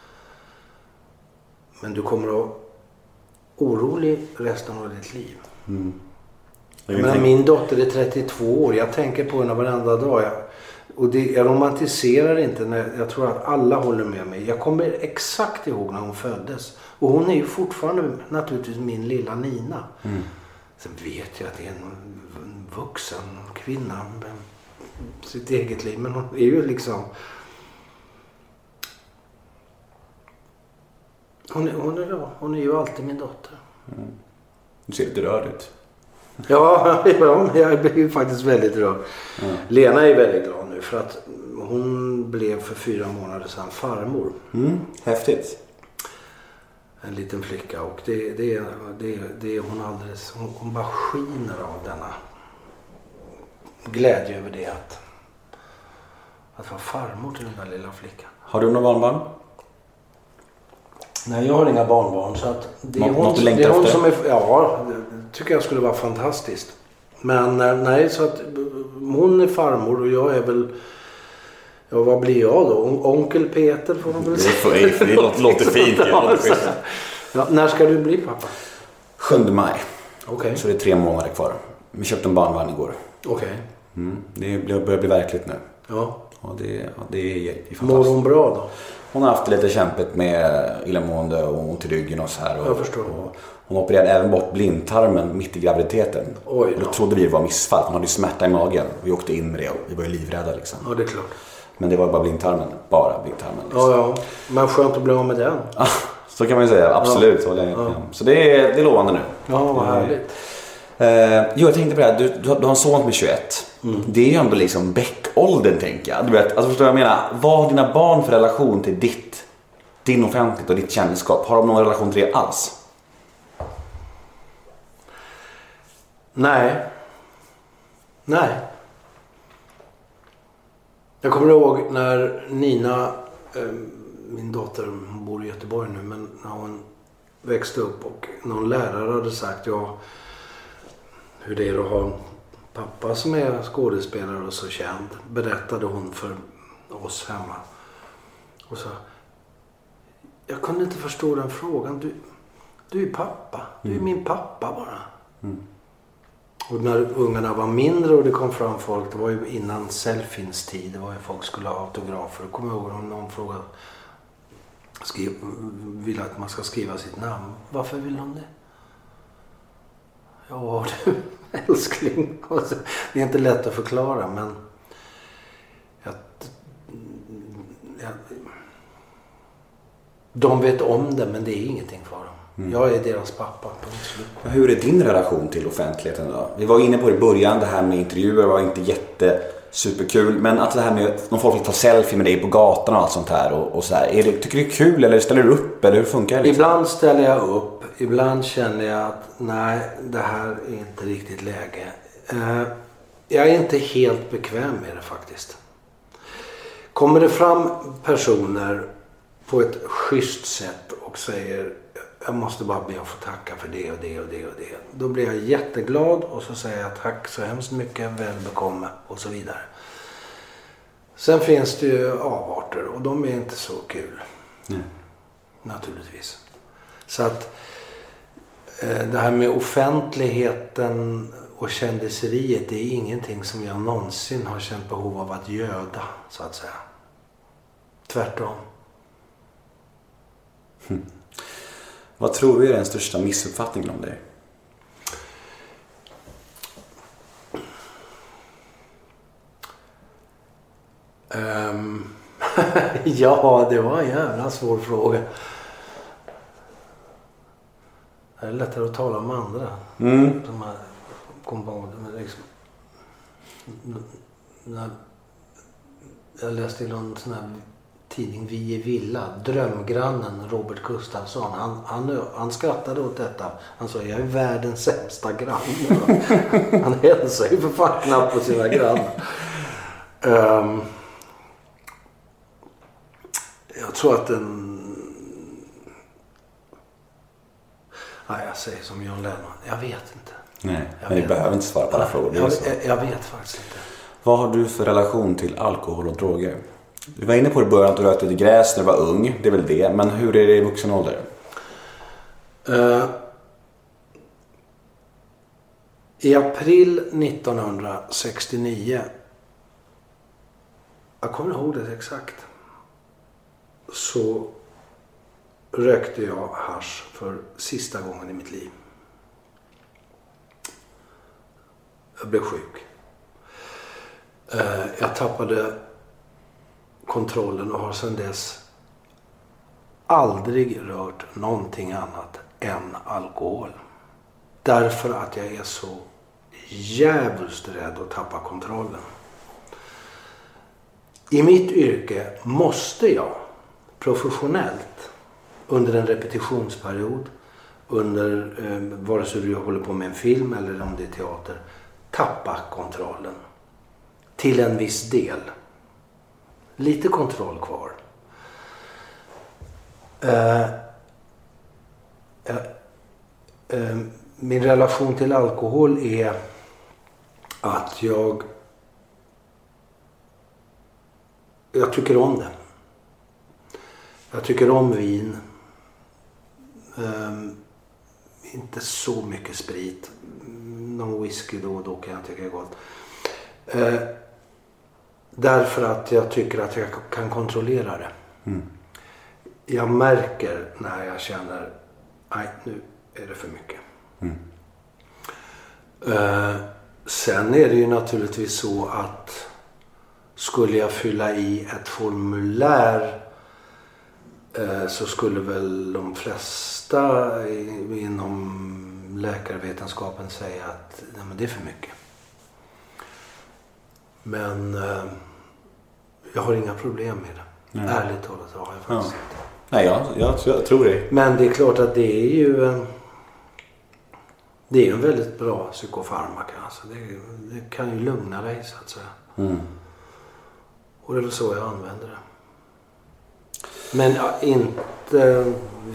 Men du kommer att vara orolig resten av ditt liv. Mm. Men min dotter är 32 år. Jag tänker på henne varenda dag. Jag romantiserar inte. Jag tror att alla håller med mig. Jag kommer exakt ihåg när hon föddes. Och hon är ju fortfarande naturligtvis min lilla Nina. Mm. Sen vet jag att det är en vuxen kvinna med sitt eget liv. Men hon är ju liksom... Hon är ju alltid min dotter. Mm. Du ser lite rörd ut. Ja, jag blir ju faktiskt väldigt rörd. Mm. Lena är väldigt glad nu för att hon blev för 4 månader sedan farmor. Mm. Häftigt. En liten flicka och det är hon alldeles... Hon bara skiner av denna glädje över det att vara farmor till den där lilla flickan. Har du några barnbarn? Nej, jag har inga barnbarn så att det är hon som är... Ja, det tycker jag skulle vara fantastiskt. Men nej, så att hon är farmor och jag är väl... Ja, vad blir jag då? Onkel Peter får man väl säga. Det låter fint. Ja, när ska du bli pappa? 7 maj. Okay. Så det är 3 månader kvar. Vi köpte en barnvagn igår. Okej. Mm, det börjar bli verkligt nu. Ja. Och det är fantastiskt. Mår hon bra då? Hon har haft lite kämpet med illamående och ont i ryggen och så här. Jag förstår. Och hon opererade även bort blindtarmen mitt i graviditeten. Oj då. Då trodde vi det var missfall. Hon hade smärta i magen. Vi åkte in med det och vi var ju livrädda liksom. Ja, det är klart. Men det var bara blindtarmen. Liksom. Ja. Men skönt att bli av med den. Så kan man ju säga. Absolut. Ja. Så det är lovande nu. Ja, vad härligt. Jag tänkte på det här. Du har en son med 21. Mm. Det är ju ändå liksom Beck-åldern, tänker jag. Du vet, alltså förstår jag menar. Vad har dina barn för relation till din offentlighet och ditt kändisskap? Har de någon relation till det alls? Nej. Jag kommer ihåg när Nina, min dotter, hon bor i Göteborg nu, men när hon växte upp och någon lärare hade sagt hur det är att ha en pappa som är skådespelare och så känd, berättade hon för oss hemma. Och så, jag kunde inte förstå den frågan. Du är pappa. Du är min pappa bara. Mm. Och när ungarna var mindre och det kom fram folk, det var ju innan selfies tid, det var ju folk skulle ha autografer. Jag kommer ihåg om någon frågade, vill att man ska skriva sitt namn. Varför vill de det? Ja, du älskling. Det är inte lätt att förklara, men de vet om det, men det är ingenting för dem. Mm. Jag är deras pappa. Hur är din relation till offentligheten då? Vi var inne på det i början, det här med intervjuer var inte superkul. Men att det här med om folk vill ta selfie med dig på gatan och allt sånt här och så här. Tycker du det är kul eller ställer du upp eller hur funkar det? Liksom? Ibland ställer jag upp. Ibland känner jag att nej, det här är inte riktigt läge. Jag är inte helt bekväm med det faktiskt. Kommer det fram personer på ett schysst sätt och säger jag måste bara be att få tacka för det och det och det och det. Då blir jag jätteglad och så säger jag tack så hemskt mycket, väl bekomme och så vidare. Sen finns det ju avarter och de är inte så kul. Naturligtvis. Så att det här med offentligheten och kändiseriet, det är ingenting som jag någonsin har känt behov av att göda, så att säga. Tvärtom. Vad tror du är den största missuppfattningen om dig? Ja, det var en jävla svår fråga. Det är lättare att tala om andra. Som har liksom, jag läste i någon sån här tidning, Vi är villa, drömgrannen Robert Gustafsson, han skrattade åt detta. Han sa, jag är världens sämsta granne. Han hälsar ju för fan knappt på sina grannar. Jag tror att nej, jag säger som John Lennon, jag vet inte. Nej, men vi behöver inte svara på alla frågor. Jag vet faktiskt inte. Vad har du för relation till alkohol och droger? Du var inne på i början att du rökte lite gräs när du var ung. Det är väl det. Men hur är det i vuxen ålder? I april 1969, jag kommer ihåg det exakt, så rökte jag hasch för sista gången i mitt liv. Jag blev sjuk. Jag tappade kontrollen och har sedan dess aldrig rört någonting annat än alkohol. Därför att jag är så jävligt rädd att tappa kontrollen. I mitt yrke måste jag professionellt under en repetitionsperiod, under vare sig jag håller på med en film eller om det är teater, tappa kontrollen till en viss del. Lite kontroll kvar. Min relation till alkohol är att jag tycker om det. Jag tycker om vin. Inte så mycket sprit. Någon whisky då och då kan jag tycka är gott. Därför att jag tycker att jag kan kontrollera det. Jag märker när jag känner, nej, nu är det för mycket. Sen är det ju naturligtvis så att skulle jag fylla i ett formulär så skulle väl de flesta inom läkarvetenskapen säga att nej, men det är för mycket. Men jag har inga problem med det. Nej. Ärligt talat har jag faktiskt inte. Nej, jag tror det. Men det är klart att det är ju det är en väldigt bra psykofarmaka. Alltså det kan ju lugna dig så att säga. Och det är väl så jag använder det. Men inte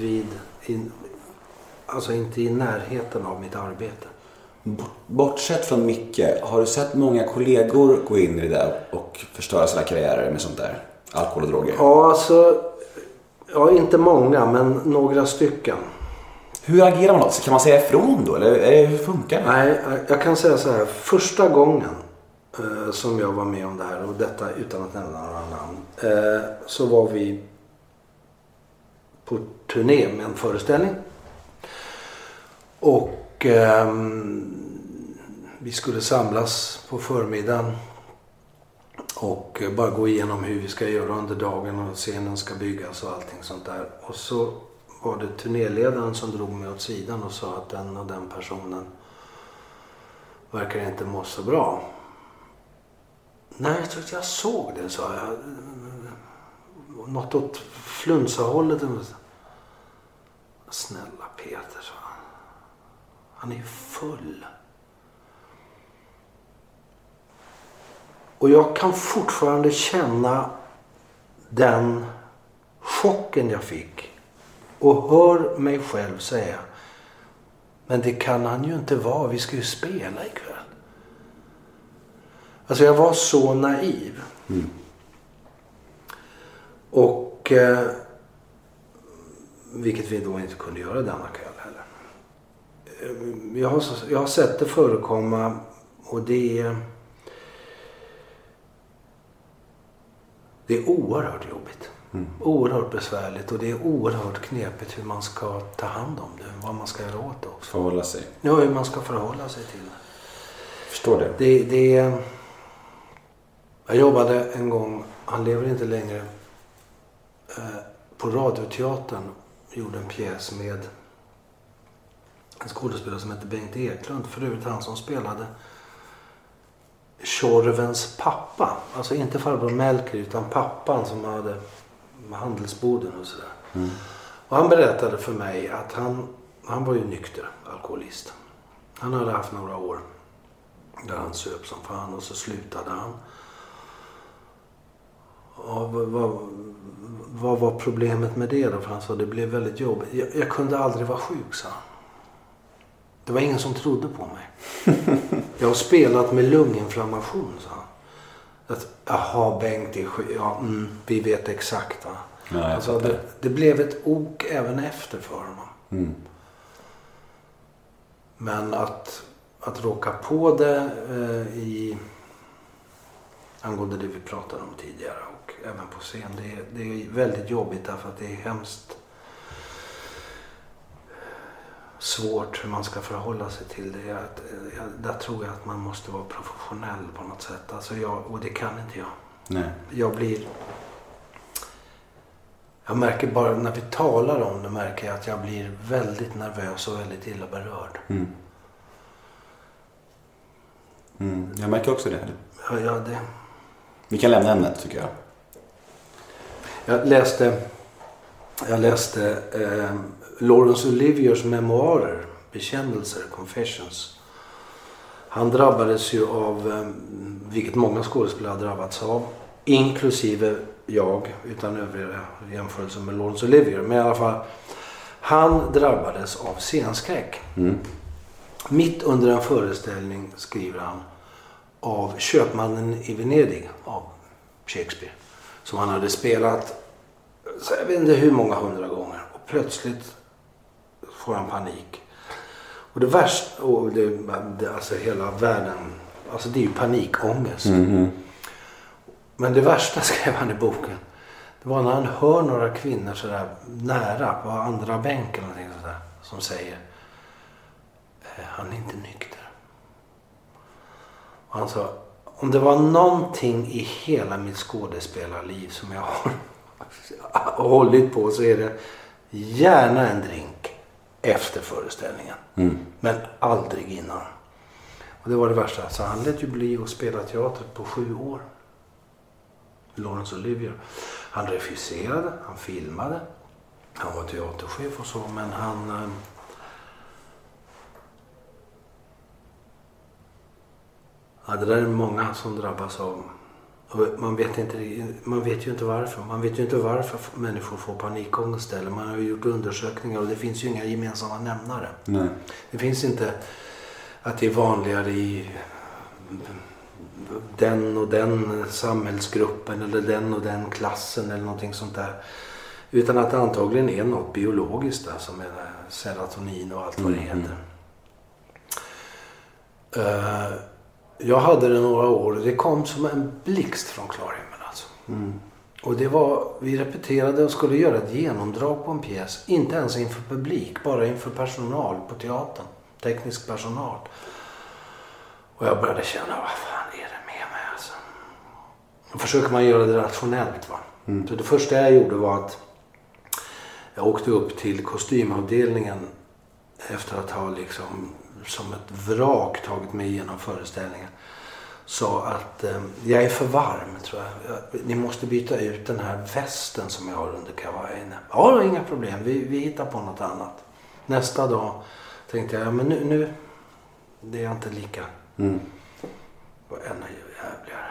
inte i närheten av mitt arbete. Bortsett från Micke, har du sett många kollegor gå in i det där och förstöra sina karriärer med sånt där? Alkohol och droger? Ja, inte många, men några stycken. Hur agerar man då? Kan man säga ifrån då? Eller hur funkar det? Nej, jag kan säga så här. Första gången som jag var med om det här, och detta utan att nämna några namn, så var vi på turné med en föreställning. Och vi skulle samlas på förmiddagen och bara gå igenom hur vi ska göra under dagen och scenen ska byggas och allting sånt där. Och så var det turnéledaren som drog mig åt sidan och sa att den och den personen verkar inte må så bra. Nej, jag tror att jag såg det, sa jag. Något åt flunsahållet. Snälla Peter, sa han. Han är ju full. Och jag kan fortfarande känna den chocken jag fick och hör mig själv säga, men det kan han ju inte vara, vi ska ju spela ikväll. Alltså jag var så naiv. Och vilket vi då inte kunde göra denna kväll heller. Jag har sett det förekomma, och det är oerhört jobbigt. Oerhört besvärligt, och det är oerhört knepigt hur man ska ta hand om det. Vad man ska göra åt det också. Förhålla sig. Ja, hur man ska förhålla sig till det. Förstår det. Jag jobbade en gång, han lever inte längre, på Radioteatern. Gjorde en pjäs med en skådespelare som heter Bengt Eklund. Förut han som spelade Tjorvens pappa. Alltså inte farbror Melker, utan pappan som hade handelsboden och sådär. Och han berättade för mig att han var ju nykter alkoholist. Han hade haft några år där han söp som fan, och så slutade han. Och vad var problemet med det då? För han sa det blev väldigt jobbigt. Jag kunde aldrig vara sjuk, sa han. Det var ingen som trodde på mig. Jag har spelat med lunginflammation, sa han. Jaha, Bengt är sjuk. Ja, vi vet exakt, va? Ja, alltså, det blev ett ok även efter för honom. Men att råka på det angående det vi pratade om tidigare och även på scen, det är väldigt jobbigt därför att det är hemskt svårt hur man ska förhålla sig till det. Där tror jag att man måste vara professionell på något sätt. Alltså och det kan inte jag. Nej. Jag märker bara när vi talar om det, märker jag att jag blir väldigt nervös och väldigt illa berörd. Jag märker också det. Ja, det. Vi kan lämna ämnet, tycker jag. Jag läste Laurence Oliviers memoarer, bekännelser, Confessions. Han drabbades ju av, vilket många skådespelare har drabbats av, inklusive jag, utan övriga jämförelser med Laurence Olivier. Men i alla fall, han drabbades av scenskräck. Mitt under en föreställning, skriver han, av Köpmannen i Venedig av Shakespeare. Som han hade spelat, så jag vet inte hur många 100 gånger. Och plötsligt får han panik. Och det värsta, alltså hela världen, alltså det är ju panikångest. Men det värsta, skrev han i boken, det var när han hör några kvinnor sådär nära på andra bänken eller någonting sådär, som säger, han är inte nykter. Och han sa, om det var någonting i hela mitt skådespelarliv som jag har hållit på, så är det gärna en drink efter föreställningen. Men aldrig innan. Och det var det värsta. Så han lät ju bli att spela teater på 7 år. Laurence Olivier. Han refuserade, han filmade. Han var teaterchef och så, men han... Ja, det där är många som drabbas av. Och man vet ju inte varför. Man vet ju inte varför människor får panikångest. Eller man har ju gjort undersökningar och det finns ju inga gemensamma nämnare. Nej. Det finns inte att det är vanligare i den och den samhällsgruppen eller den och den klassen eller någonting sånt där. Utan att det antagligen är något biologiskt där, som är serotonin och allt vad det heter. Jag hade det några år och det kom som en blixt från klar himmel alltså. Och det var, vi repeterade och skulle göra ett genomdrag på en pjäs. Inte ens inför publik, bara inför personal på teatern. Teknisk personal. Och jag började känna, vad fan är det med mig alltså? Då försöker man göra det rationellt, va. Så det första jag gjorde var att jag åkte upp till kostymavdelningen efter att ha liksom som ett vrak tagit mig igenom föreställningen. Sa att jag är för varm, tror jag. Ni måste byta ut den här västen som jag har under kavajen. Ja, inga problem. Vi hittar på något annat. Nästa dag tänkte jag, men nu det är jag inte lika. Vad ännu jävligare.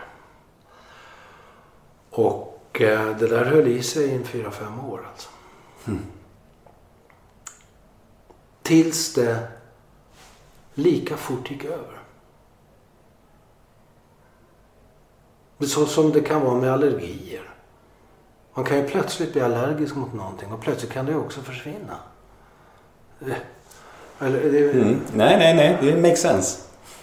Och det där höll i sig i 4-5 år alltså. Tills det lika fort gick över. Så som det kan vara med allergier. Man kan ju plötsligt bli allergisk mot någonting och plötsligt kan det också försvinna. Nej, det makes sense.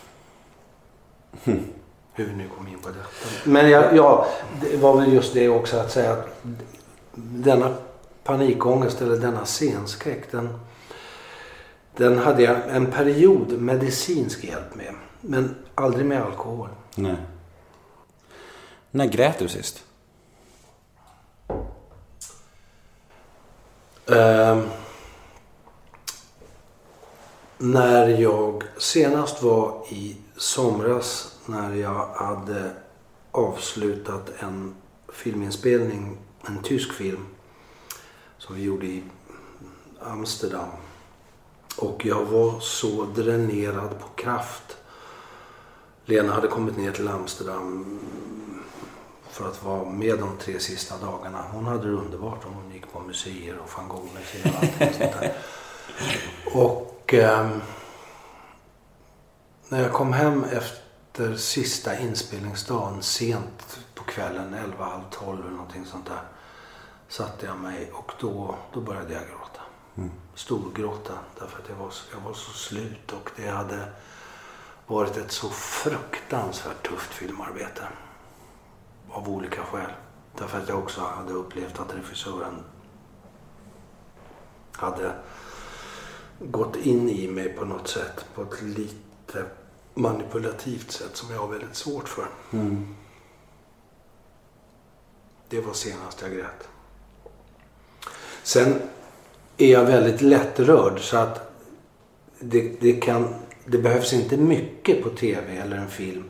Hur vi nu kom in på detta. Men det var väl just det också att säga att denna panikångest eller denna scenskräck, den hade jag en period medicinsk hjälp med. Men aldrig med alkohol. Nej. När grät du sist? När jag senast var i somras, när jag hade avslutat en filminspelning, en tysk film som vi gjorde i Amsterdam. Och jag var så dränerad på kraft. Lena hade kommit ner till Amsterdam för att vara med de 3 sista dagarna. Hon hade det underbart. Hon gick på museer och van Gogh-museer och allt sånt där. Och när jag kom hem efter sista inspelningsdagen sent på kvällen, 11:30 eller någonting sånt där, satte jag mig och då började jag gråta. Storgråta, därför att jag var så slut och det hade varit ett så fruktansvärt tufft filmarbete av olika skäl. Därför att jag också hade upplevt att regissören hade gått in i mig på något sätt, på ett lite manipulativt sätt som jag har väldigt svårt för. Det var senast jag grät. Sen är jag väldigt lättrörd, så att det behövs inte mycket på tv eller en film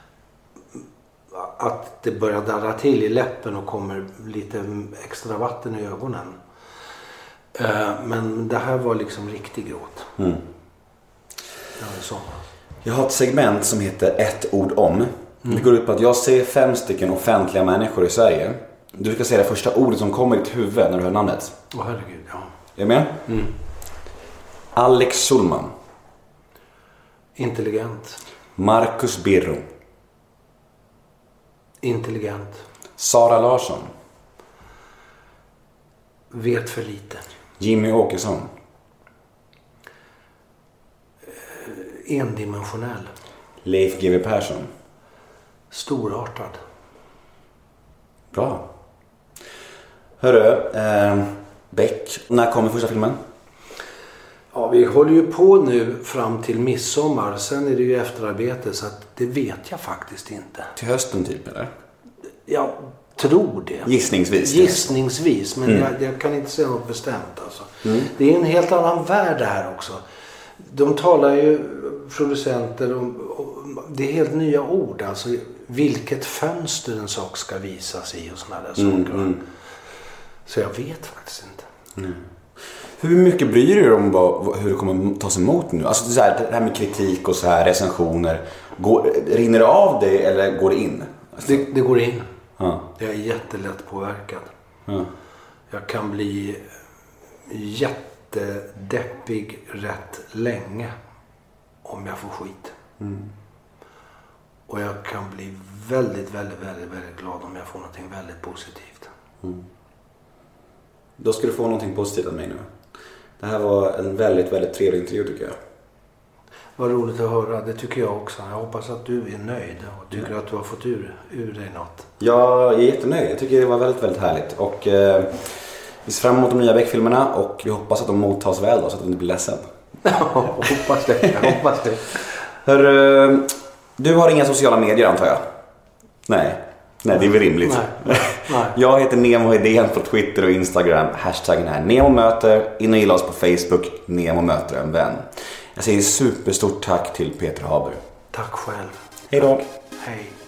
att det börjar darra till i läppen och kommer lite extra vatten i ögonen. Men det här var liksom riktig gråt. Det var så. Jag har ett segment som heter ett ord om. Det går ut på att jag ser 5 stycken offentliga människor i Sverige. Du ska säga det första ordet som kommer i ditt huvud när du hör namnet. Herregud, ja. Är du med? Alex Schulman. Intelligent. Marcus Birro. Intelligent. Sara Larsson. Vet för lite. Jimmy Åkesson. Endimensionell. Leif GW Persson. Storartad. Bra. Hörru, Beck, när kommer första filmen? Ja, vi håller ju på nu fram till midsommar. Sen är det ju efterarbete, så att det vet jag faktiskt inte. Till hösten typ, eller? Jag tror det. Gissningsvis. Men jag kan inte säga något bestämt alltså. Det är en helt annan värld här också. De talar ju, producenter, om det är helt nya ord. Alltså vilket fönster en sak ska visas i och sådana där saker. Så jag vet faktiskt inte. Hur mycket bryr du dig om hur det kommer tas emot nu? Alltså det här med kritik och så här recensioner. Rinner det av dig eller går det in? Alltså, det går in. Ja. Jag är jättelätt påverkad. Ja. Jag kan bli jättedeppig rätt länge om jag får skit. Och jag kan bli väldigt, väldigt, väldigt, väldigt glad om jag får någonting väldigt positivt. Då ska du få någonting positivt av mig nu. Det här var en väldigt, väldigt trevlig intervju tycker jag. Vad roligt att höra, det tycker jag också. Jag hoppas att du är nöjd och tycker att du har fått ur dig något. Jag är jättenöjd, jag tycker det var väldigt, väldigt härligt. Och vi ser fram emot de nya Beck-filmerna och vi hoppas att de mottas väl då, så att de inte blir ledsen. Jag hoppas det. Hörru, du har inga sociala medier antar jag? Nej, det är väl rimligt. Nej. Jag heter Nemo Hedén på Twitter och Instagram. Hashtaggen är NEMOMÖTER. In och gilla oss på Facebook. Nemo möter en vän. Jag säger superstort tack till Peter Haber. Tack själv. Hej då. Hej.